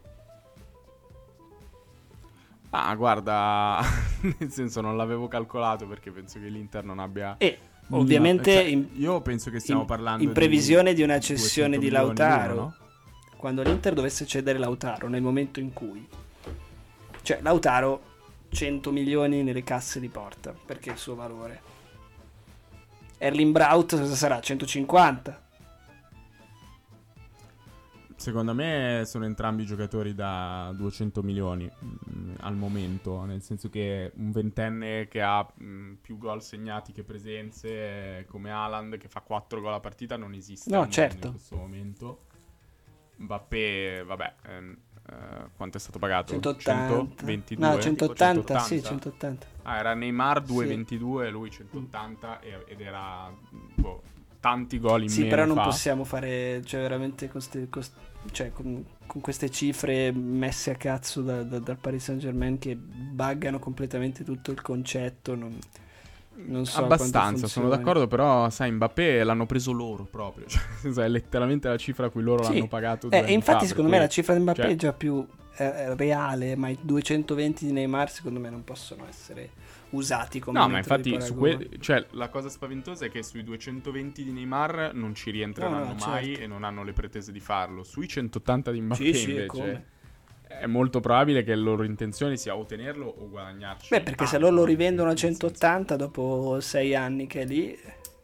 Ah, guarda, nel senso non l'avevo calcolato perché penso che l'Inter non abbia... Ovviamente io penso che stiamo parlando in previsione di una 200 cessione di milioni Lautaro, l'uno, no? Quando l'Inter dovesse cedere Lautaro, nel momento in cui, cioè Lautaro 100 milioni nelle casse di porta, perché è il suo valore. Erling Braut cosa sarà? 150? Secondo me sono entrambi giocatori da 200 milioni al momento, nel senso che un ventenne che ha più gol segnati che presenze, come Haaland che fa 4 gol a partita, non esiste al mondo certo. in questo momento. Mbappé, vabbè, quanto è stato pagato? 180. 122? No, 180, 180. sì, 180. Ah, era Neymar 2,22 Sì. e lui 180 ed era tanti gol in sì, meno però non fa. possiamo fare, cioè veramente con queste cifre messe a cazzo dal Paris Saint-Germain che buggano completamente tutto il concetto. Non so abbastanza, sono d'accordo, però sai, Mbappé l'hanno preso loro proprio, cioè, è letteralmente la cifra a cui loro l'hanno pagato 2 anni e infatti fa, secondo me la cifra di Mbappé cioè... è già più reale, ma i 220 di Neymar secondo me non possono essere usati come no, ma metro di infatti paragone. cioè, la cosa spaventosa è che sui 220 di Neymar non ci rientreranno mai, certo. e non hanno le pretese di farlo. Sui 180 di Mbappé invece come? è molto probabile che le loro intenzioni sia o tenerlo o guadagnarci. Beh, perché se loro lo rivendono a 180 dopo 6 anni che è lì...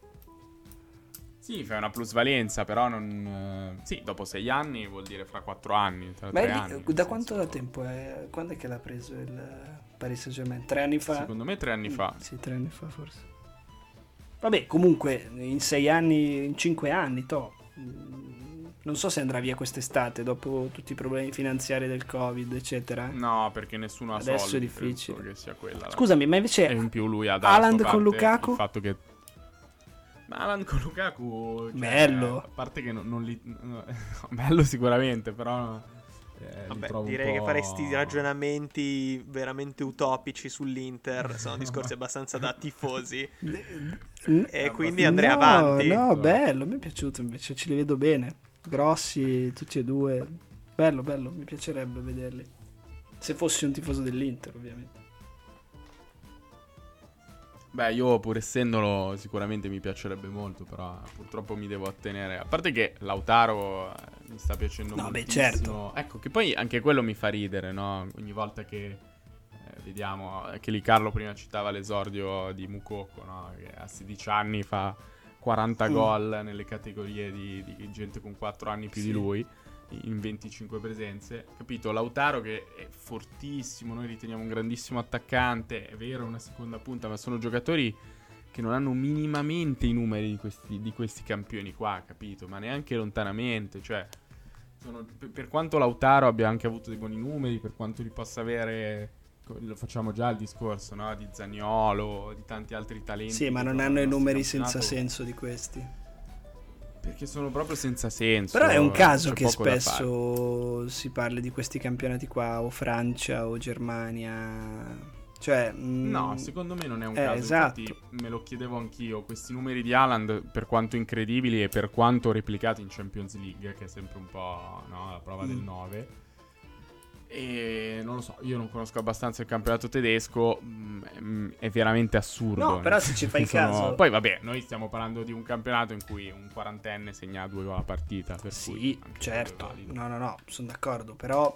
Sì, fai una plusvalenza, però non... sì, dopo 6 anni vuol dire fra 4 anni, tra Ma 3 è lì, anni. da quanto tempo è? Quando è che l'ha preso il Paris Saint-Germain? 3 anni fa? Secondo me 3 anni fa. Sì, 3 anni fa forse. Vabbè, comunque in 6 anni, in 5 anni, non so se andrà via quest'estate dopo tutti i problemi finanziari del Covid, eccetera. No, perché nessuno ha Adesso soldi. è difficile. Credo che sia quella. Scusami, ma invece E in più lui ha dato Haaland con Lukaku? il fatto che ma Haaland con Lukaku, cioè, bello. A parte che non li bello sicuramente, però li trovo direi un che po'... faresti ragionamenti veramente utopici sull'Inter, sono discorsi abbastanza da tifosi. E quindi andrei avanti. No, bello, mi è piaciuto invece, ce li vedo bene. Grossi, tutti e due. Bello, mi piacerebbe vederli. Se fossi un tifoso dell'Inter, ovviamente. Beh, io pur essendolo sicuramente mi piacerebbe molto, però purtroppo mi devo attenere. A parte che Lautaro mi sta piacendo moltissimo. Beh, certo. Ecco, che poi anche quello mi fa ridere, no? Ogni volta che vediamo, che lì Carlo prima citava l'esordio di Mukoko, no? Che a 16 anni fa 40 gol nelle categorie di gente con 4 anni più di lui, in 25 presenze, capito? Lautaro che è fortissimo, noi riteniamo un grandissimo attaccante, è vero, una seconda punta, ma sono giocatori che non hanno minimamente i numeri di questi campioni qua, capito? Ma neanche lontanamente, cioè per quanto Lautaro abbia anche avuto dei buoni numeri, per quanto li possa avere, lo facciamo già il discorso, no? Di Zaniolo, di tanti altri talenti. Sì, ma non hanno i numeri senza senso di questi. Perché sono proprio senza senso. Però è un caso che spesso si parli di questi campionati qua, o Francia o Germania. Cioè, no, secondo me non è un caso. Esatto. Infatti me lo chiedevo anch'io. Questi numeri di Haaland, per quanto incredibili e per quanto replicati in Champions League, che è sempre un po', no, la prova del 9. E non lo so, io non conosco abbastanza il campionato tedesco, è veramente assurdo. No, però se ci fai caso. Poi vabbè, noi stiamo parlando di un campionato in cui un quarantenne segna 2 gol a partita, per sì, certo. No, sono d'accordo, però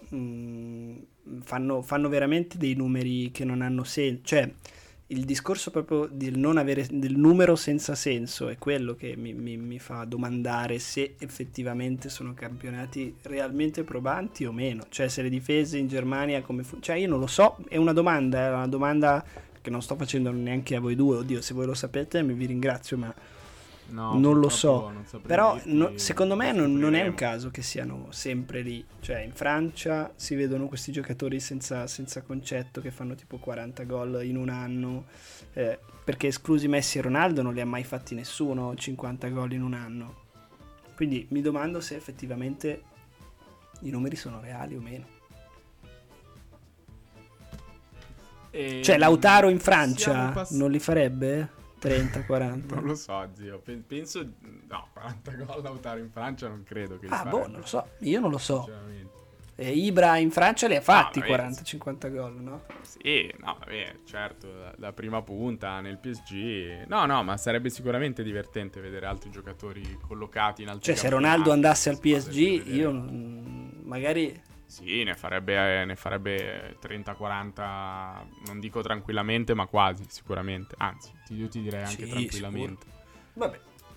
fanno veramente dei numeri che non hanno senso, cioè il discorso proprio del non avere del numero senza senso è quello che mi fa domandare se effettivamente sono campionati realmente probanti o meno, cioè se le difese in Germania come cioè io non lo so, è una domanda che non sto facendo neanche a voi due, oddio, se voi lo sapete vi ringrazio, ma non lo so, però secondo me non è un caso che siano sempre lì, cioè in Francia si vedono questi giocatori senza concetto che fanno tipo 40 gol in un anno, perché esclusi Messi e Ronaldo non li ha mai fatti nessuno 50 gol in un anno. Quindi mi domando se effettivamente i numeri sono reali o meno. Cioè Lautaro in Francia non li farebbe 30-40? Non lo so, zio. Penso... No, 40 gol Lautaro in Francia non credo che li farebbe. Boh, non lo so. Io non lo so. Sinceramente. E Ibra in Francia li ha fatti 40-50 gol, no? Sì, no, vabbè, certo, la prima punta nel PSG. No, ma sarebbe sicuramente divertente vedere altri giocatori collocati in altri Cioè, se campionati, Ronaldo andasse al squadre, PSG, per io vedere. magari... Sì, ne farebbe 30-40, non dico tranquillamente, ma quasi, sicuramente. Anzi, io ti direi anche tranquillamente. Sicuro. Vabbè.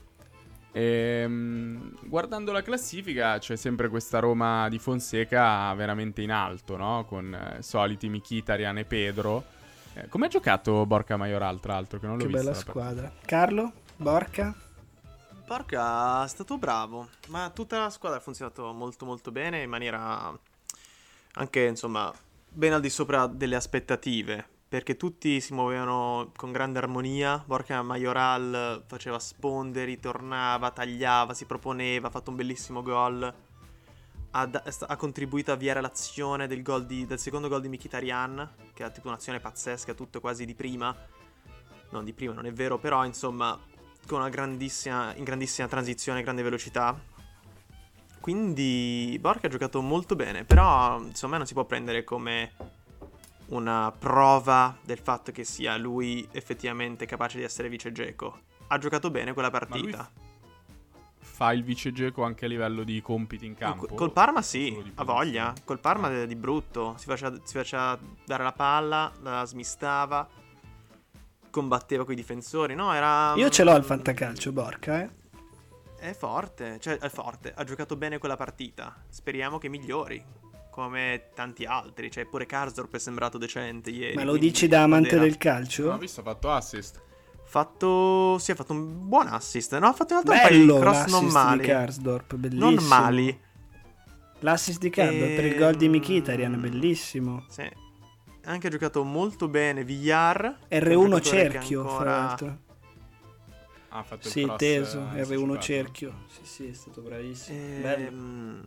Guardando la classifica c'è sempre questa Roma di Fonseca veramente in alto, no? Con soliti Mkhitaryan e Pedro. Come ha giocato Borca Majoral, tra l'altro, che non l'ho Che vista bella squadra. Carlo? Borca? Borca è stato bravo, ma tutta la squadra ha funzionato molto molto bene in maniera anche, insomma, ben al di sopra delle aspettative, perché tutti si muovevano con grande armonia. Borca Majoral faceva sponde, ritornava, tagliava, si proponeva, ha fatto un bellissimo gol. Ha contribuito a avviare l'azione del secondo gol di Mkhitaryan, che ha tipo un'azione pazzesca, tutto quasi di prima. Non di prima, non è vero, però insomma, con una in grandissima transizione, grande velocità. Quindi Borca ha giocato molto bene, però insomma non si può prendere come una prova del fatto che sia lui effettivamente capace di essere vice Dzeko. Ha giocato bene quella partita. Fa il vice Dzeko anche a livello di compiti in campo? Col Parma sì, ha voglia. Col Parma di brutto. Si faceva dare la palla, la smistava, combatteva coi difensori. No, era... Io ce l'ho al fantacalcio, Borca, È forte, cioè è forte. Ha giocato bene quella partita. Speriamo che migliori, come tanti altri. Cioè pure Karsdorp è sembrato decente ieri. Ma lo dici da amante del calcio? No, ho visto, ha fatto assist. Ha fatto un buon assist. No, ha fatto in realtà un paio di cross non mali. Di Karsdorp, bellissimo. Non mali. L'assist di Karsdorp per il gol di Mkhitaryan, bellissimo. Sì. Ha anche giocato molto bene Villar. R1 cerchio, ancora... fra l'altro. Ha fatto sì, il cross, teso, R1 anticipato. cerchio. Sì, è stato bravissimo. Bello.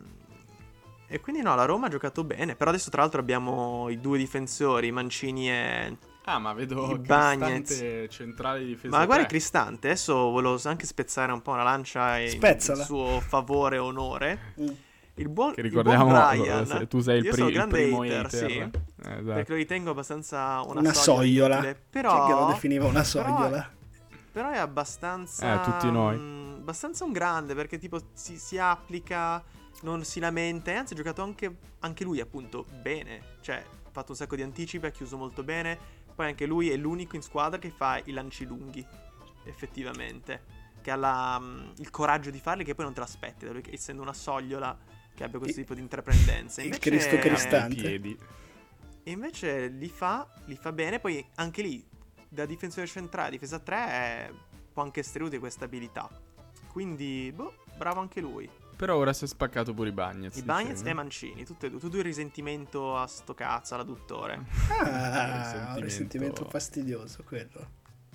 E quindi no, la Roma ha giocato bene. Però adesso tra l'altro abbiamo i due difensori, Mancini e... ma vedo Bagnez. Cristante centrale di difesa. Ma guarda 3. Cristante, adesso volevo anche spezzare un po' una lancia in suo favore e onore. Che buon ricordiamo, Brian, tu sei io sono il grande primo hater, sì, esatto. perché lo ritengo abbastanza una sogliola. Però Chi che lo definiva una sogliola? Però è abbastanza tutti noi. Abbastanza un grande, perché tipo si applica, non si lamenta, e anzi ha giocato anche lui appunto bene. Cioè ha fatto un sacco di anticipi, ha chiuso molto bene. Poi anche lui è l'unico in squadra che fa i lanci lunghi, effettivamente, che ha il coraggio di farli, che poi non te l'aspetti da lui, che essendo una sogliola che abbia questo tipo di intraprendenza. Invece, il Cristo Cristante. Piedi. E invece li fa bene. Poi anche lì, da difensore centrale, difesa 3, può anche estrudere questa abilità. Quindi, bravo anche lui. Però ora si è spaccato pure i Bagnez. I Bagnez e Mancini, tutti e due risentimento a sto cazzo, all'adduttore. Un risentimento fastidioso quello.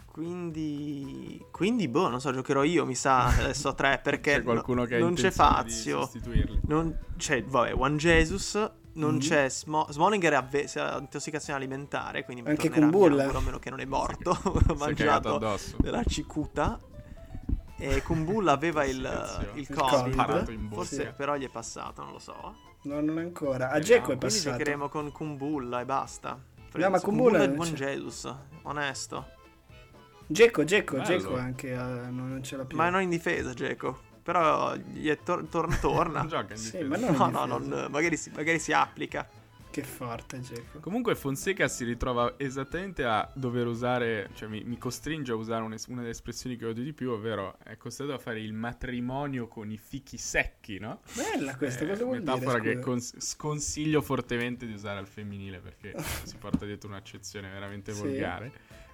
Quindi non so, giocherò io, mi sa, adesso a 3, perché c'è qualcuno che non c'è Fazio, di sostituirli. non c'è, Juan Jesus, non c'è Smalling, ha intossicazione alimentare, quindi anche tornerà, Kumbulla, a meno che non è morto, ha mangiato della cicuta. E Kumbulla aveva il Covid, forse però gli è passato, non lo so. No, non ancora. A Dzeko è quindi passato. giocheremo con Kumbulla e basta. No, ma Kumbulla è Juan Jesus, onesto. Dzeko anche non ce l'ha più. Ma non in difesa Dzeko. Però gli è torna. Non gioca in difesa. Sì, ma non magari si applica. Che forte Dzeko. Comunque Fonseca si ritrova esattamente a dover usare, cioè mi costringe a usare una delle espressioni che odio di più, ovvero è costretto a fare il matrimonio con i fichi secchi, no? Bella questa, cosa vuol dire? Metafora che sconsiglio fortemente di usare al femminile, perché si porta dietro un'accezione veramente volgare.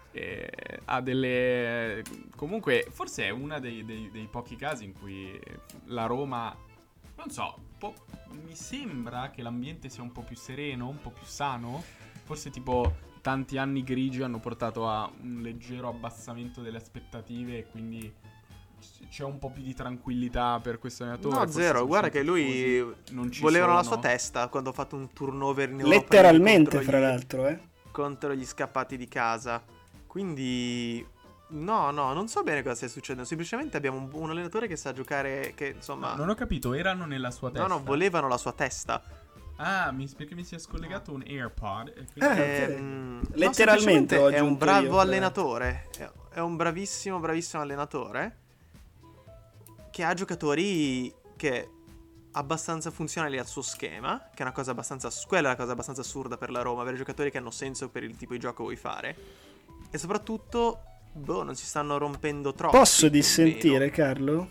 Ha delle... Comunque forse è uno dei pochi casi in cui la Roma, non so, mi sembra che l'ambiente sia un po' più sereno, un po' più sano. Forse tipo tanti anni grigi hanno portato a un leggero abbassamento delle aspettative e quindi c'è un po' più di tranquillità per questo allenatore. No, zero, guarda che lui volevano la sua testa quando ha fatto un turnover in Europa letteralmente, fra l'altro, contro gli scappati di casa. Quindi no, non so bene cosa stia succedendo. Semplicemente abbiamo un allenatore che sa giocare, che insomma... No, non ho capito, erano nella sua testa? No, volevano la sua testa. Ah, perché mi si è scollegato un AirPod e quindi... letteralmente no, è un bravo allenatore. È un bravissimo allenatore che ha giocatori che abbastanza funzionali al suo schema, che è una cosa abbastanza... quella è una cosa abbastanza assurda per la Roma, avere giocatori che hanno senso per il tipo di gioco che vuoi fare. E soprattutto, non si stanno rompendo troppo. Posso dissentire, Carlo?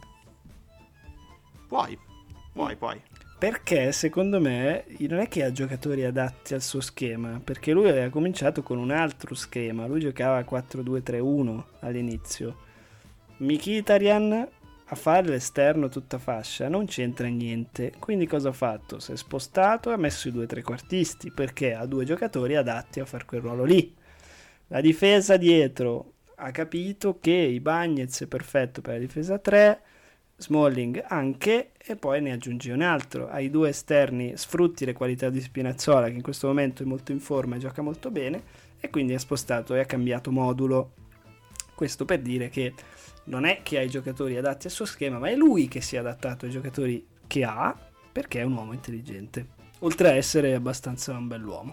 Puoi. Perché secondo me non è che ha giocatori adatti al suo schema, perché lui aveva cominciato con un altro schema, lui giocava 4-2-3-1 all'inizio. Mkhitaryan a fare l'esterno tutta fascia non c'entra niente, quindi cosa ha fatto? Si è spostato e ha messo i 2 trequartisti perché ha 2 giocatori adatti a fare quel ruolo lì. La difesa dietro ha capito che Ibañez è perfetto per la difesa 3, Smalling anche, e poi ne aggiungi un altro. Ai 2 esterni sfrutti le qualità di Spinazzola, che in questo momento è molto in forma e gioca molto bene, e quindi ha spostato e ha cambiato modulo. Questo per dire che non è che ha i giocatori adatti al suo schema, ma è lui che si è adattato ai giocatori che ha, perché è un uomo intelligente, oltre a essere abbastanza un bell'uomo.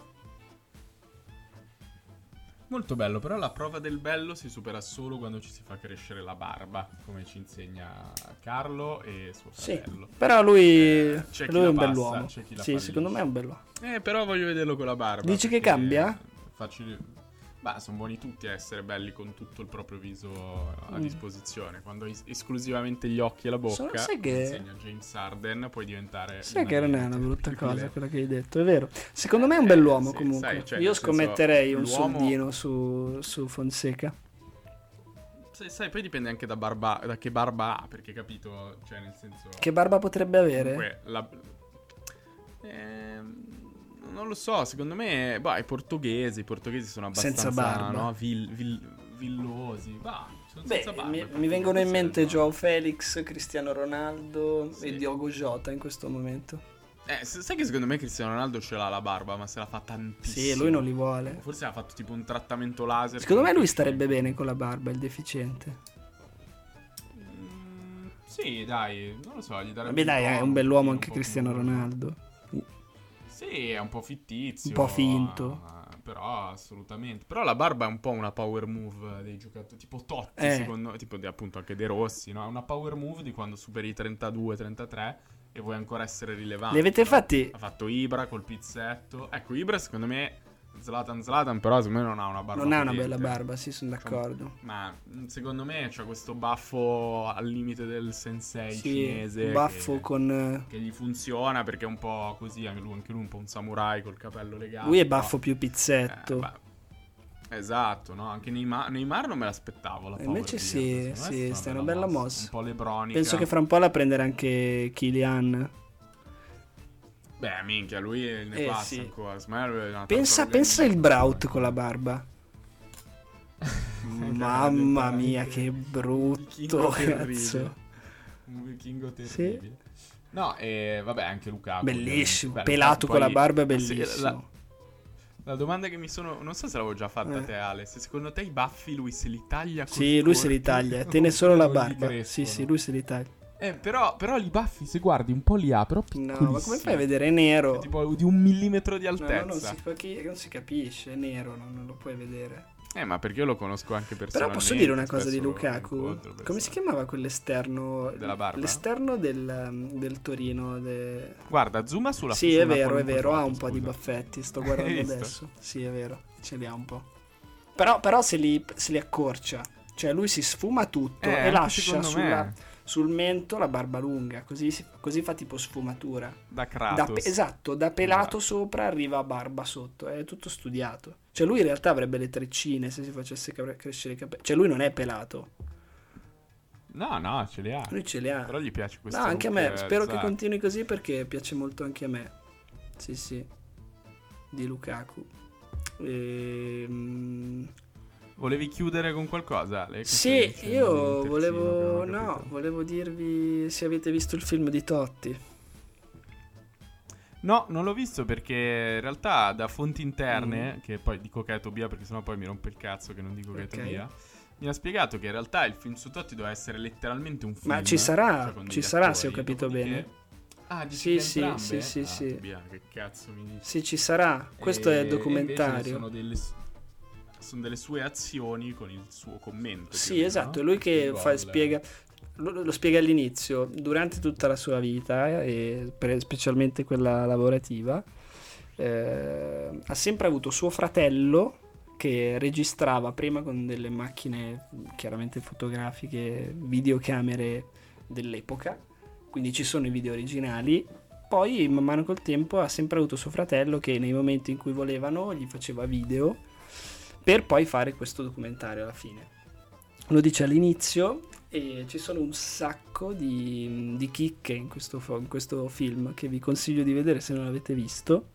Molto bello, però la prova del bello si supera solo quando ci si fa crescere la barba, come ci insegna Carlo e suo fratello. Sì, però lui è un passa, bell'uomo. Sì, secondo me è un bell'uomo. Però voglio vederlo con la barba. Dici che cambia? Sono buoni tutti a essere belli con tutto il proprio viso a disposizione. Quando hai esclusivamente gli occhi e la bocca, insegna James Harden, puoi diventare... Sai che non è una brutta cosa quella che hai detto, è vero. Secondo me è un bell'uomo, comunque. Io scommetterei un soldino su Fonseca. Sai, poi dipende anche da che barba ha, perché capito, cioè nel senso... Che barba potrebbe avere? Comunque, non lo so, secondo me i portoghesi sono abbastanza senza barba, no? villosi. Senza barba, mi vengono in mente Joao Felix, Cristiano Ronaldo e Diogo Jota in questo momento. Sai che secondo me Cristiano Ronaldo ce l'ha la barba, ma se la fa tantissimo. Sì, lui non li vuole. Forse ha fatto tipo un trattamento laser. Secondo me lui starebbe bene con la barba, il deficiente. Sì, dai, non lo so, gli darebbe. Vabbè, dai, è un bell'uomo anche Cristiano Ronaldo. Sì, è un po' fittizio. Un po' finto. Però assolutamente. Però la barba è un po' una power move dei giocatori. Tipo Totti, secondo me. Tipo appunto anche De Rossi, no? È una power move di quando superi i 32-33 e vuoi ancora essere rilevante. Li avete fatti? Ha fatto Ibra col pizzetto. Ecco, Ibra secondo me... Zlatan, però secondo me non ha una barba. Non ha una bella barba, sì, sono d'accordo. Ma secondo me c'ha questo baffo al limite del sensei cinese. Un baffo che gli funziona perché è un po' così, anche lui un po' un samurai col capello legato. Lui è baffo più pizzetto. Esatto, no? Anche Neymar non me l'aspettavo. Invece sì, sta una bella mossa. Un po' lebronica. Penso che fra un po' la prenderà anche Kylian. Beh, minchia, lui ne passa ancora. Pensa il Braut con la barba. Mamma mia, che brutto, cazzo. Un vichingo terribile. Sì. No, vabbè, anche Lukaku. Bellissimo, pelato con la barba, è bellissimo. La domanda che mi sono... Non so se l'avevo già fatta a te, Ale. Se secondo te i baffi lui se li taglia col Sì, lui se li taglia. Tiene solo la barba. Sì, lui se li taglia. Però i baffi, se guardi, un po' li ha, però piccolissimi. No, ma come fai a vedere nero? Cioè, tipo di 1 millimetro di altezza. No, non si capisce, è nero, non lo puoi vedere. Ma perché io lo conosco anche personalmente. Però posso dire una cosa di Lukaku? Come si chiamava quell'esterno? Della barba? L'esterno del Torino. Guarda, zooma sulla Sì, è vero, ha un po' di baffetti, sto guardando adesso. Sì, è vero, ce li ha un po'. Però se li accorcia. Cioè lui si sfuma tutto e lascia sul mento la barba lunga, così fa tipo sfumatura. Da Kratos. Da pelato sopra arriva a barba sotto, è tutto studiato. Cioè lui in realtà avrebbe le treccine se si facesse crescere i capelli. Cioè lui non è pelato. No, ce li ha. Lui ce li ha. Però gli piace questo. No, anche a me, spero che continui così perché piace molto anche a me. Sì, di Lukaku. Volevi chiudere con qualcosa, Ale? Sì, io volevo dirvi se avete visto il film di Totti. No, non l'ho visto perché in realtà da fonti interne, che poi dico che è Tobia perché sennò poi mi rompe il cazzo che non dico che è Tobia, mi ha spiegato che in realtà il film su Totti doveva essere letteralmente un film. Ma ci sarà se ho capito bene. Sì. Tobia, che cazzo mi dici? Sì, ci sarà. Questo è il documentario. Sono delle sue azioni con il suo commento. Sì, esatto, è lui che spiega... Lo spiega all'inizio, durante tutta la sua vita, specialmente quella lavorativa, ha sempre avuto suo fratello che registrava prima con delle macchine chiaramente fotografiche, videocamere dell'epoca, quindi ci sono i video originali. Poi man mano col tempo ha sempre avuto suo fratello che nei momenti in cui volevano gli faceva video per poi fare questo documentario alla fine. Lo dice all'inizio. E ci sono un sacco di chicche in questo film che vi consiglio di vedere se non l'avete visto,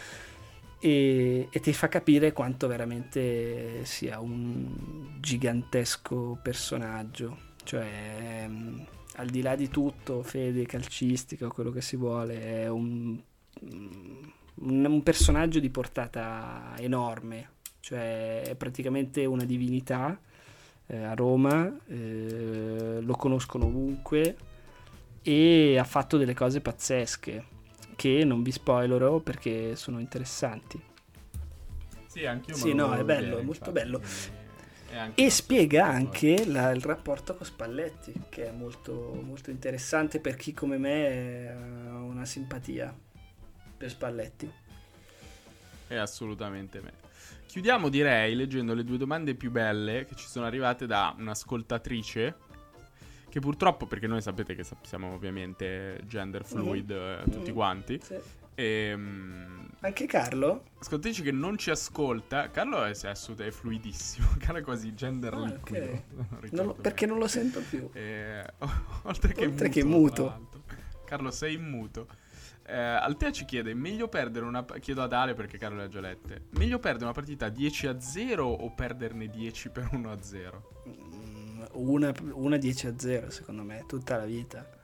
e ti fa capire quanto veramente sia un gigantesco personaggio, cioè al di là di tutto, fede calcistica o quello che si vuole, è un personaggio di portata enorme, cioè è praticamente una divinità. A Roma, lo conoscono ovunque e ha fatto delle cose pazzesche che non vi spoilerò perché sono interessanti. Sì, anche io. Sì, no, è bello, è molto bello. E spiega anche il rapporto con Spalletti, che è molto, molto interessante per chi come me ha una simpatia per Spalletti. È assolutamente me. Chiudiamo, direi, leggendo le 2 domande più belle che ci sono arrivate da un'ascoltatrice che purtroppo, perché noi sapete che siamo ovviamente gender fluid tutti quanti, sì. Anche Carlo? Ascoltatrice che non ci ascolta. Carlo è fluidissimo, Carlo è quasi gender liquido. Okay. Perché non lo sento più. Oltre che muto. Carlo, sei in muto. Altea ci chiede: meglio perdere chiedo ad Ale perché Carlo le ha già lette. Meglio perdere una partita 10-0 o perderne 10 per 1-0? Una 10-0 secondo me, tutta la vita.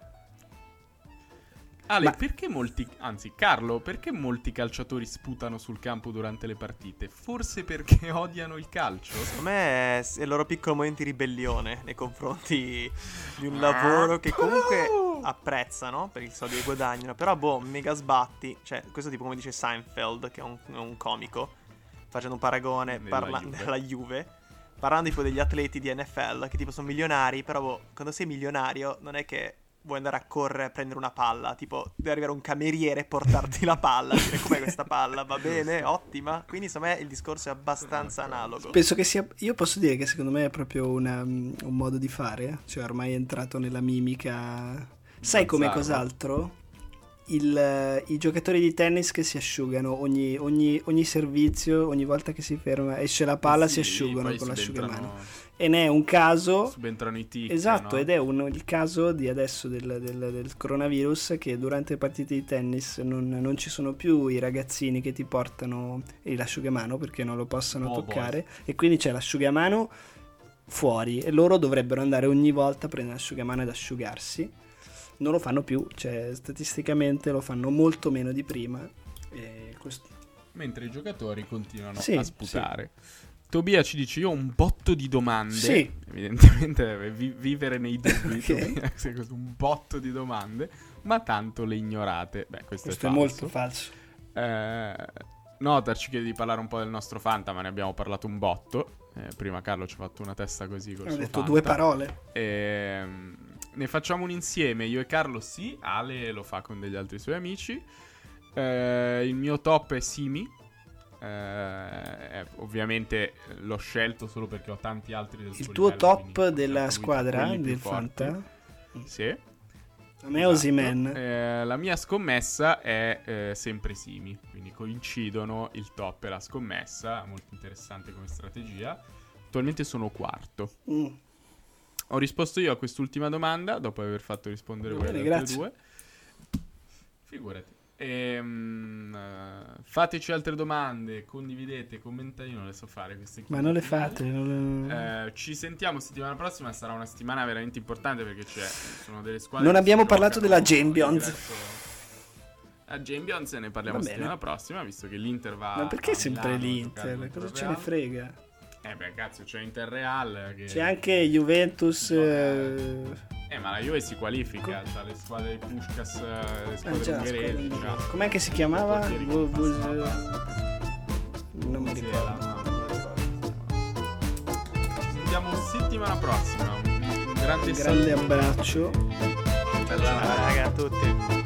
Ale, Carlo, perché molti calciatori sputano sul campo durante le partite? Forse perché odiano il calcio? Secondo me è il loro piccolo momento di ribellione nei confronti di un lavoro che comunque apprezzano per il soldo che guadagnano. Però mega sbatti. Cioè, questo tipo come dice Seinfeld, che è un comico, facendo un paragone della Juve, parlando tipo degli atleti di NFL che tipo sono milionari. Però quando sei milionario non è che vuoi andare a correre a prendere una palla, tipo deve arrivare un cameriere e portarti la palla, dire com'è questa palla, va bene, ottima. Quindi insomma il discorso è abbastanza analogo. Penso che sia, io posso dire che secondo me è proprio un modo di fare, cioè ormai è entrato nella mimica. Sai come cos'altro? I giocatori di tennis che si asciugano ogni servizio, ogni volta che si ferma esce la palla, si asciugano con l'asciugamano. E ne è un caso. Subentrano i tic. Esatto, no? Ed è il caso di adesso del coronavirus, che durante le partite di tennis non ci sono più i ragazzini che ti portano l'asciugamano perché non lo possono toccare. E quindi c'è l'asciugamano fuori e loro dovrebbero andare ogni volta a prendere l'asciugamano ed asciugarsi. Non lo fanno più, cioè statisticamente lo fanno molto meno di prima. Mentre i giocatori continuano a sputare. Sì. Tobia ci dice: io ho un botto di domande. Sì. Evidentemente deve vivere nei dubbi. Tobia, un botto di domande, ma tanto le ignorate. Beh, questo è molto falso. Notar ci chiede di parlare un po' del nostro Fanta, ma ne abbiamo parlato un botto. Prima Carlo ci ha fatto una testa così col suo detto Fanta. 2 parole. Ne facciamo un insieme, io e Carlo sì, Ale lo fa con degli altri suoi amici. Il mio top è Simi. Ovviamente l'ho scelto solo perché ho tanti altri del suo livello. Il tuo top della squadra del Fanta? Sì. A me Osimhen. La mia scommessa è sempre Simi, quindi coincidono il top e la scommessa. Molto interessante come strategia. Attualmente sono quarto. Ho risposto io a quest'ultima domanda dopo aver fatto rispondere voi alle altre due. Figurati. Fateci altre domande, condividete, commentate. Io non le so fare queste Ma non le fate. Ci sentiamo settimana prossima. Sarà una settimana veramente importante perché sono delle squadre. Non che abbiamo si parlato giocano della Champions. La Champions ne parliamo Va bene. settimana prossima, visto che l'Inter va. Ma perché a sempre Milano a l'Inter? giocare contro Cosa il ce ne Real. frega? Beh, cazzo, c'è Inter Real. C'è anche Juventus. Ma la Juve si qualifica tra le squadre di Puskás, le squadre già, ungheresi. squadra com'è che si chiamava? Portieri che Non mi ricordo. Ci sentiamo settimana prossima. Un grande Grande abbraccio. Bella Ciao raga a tutti.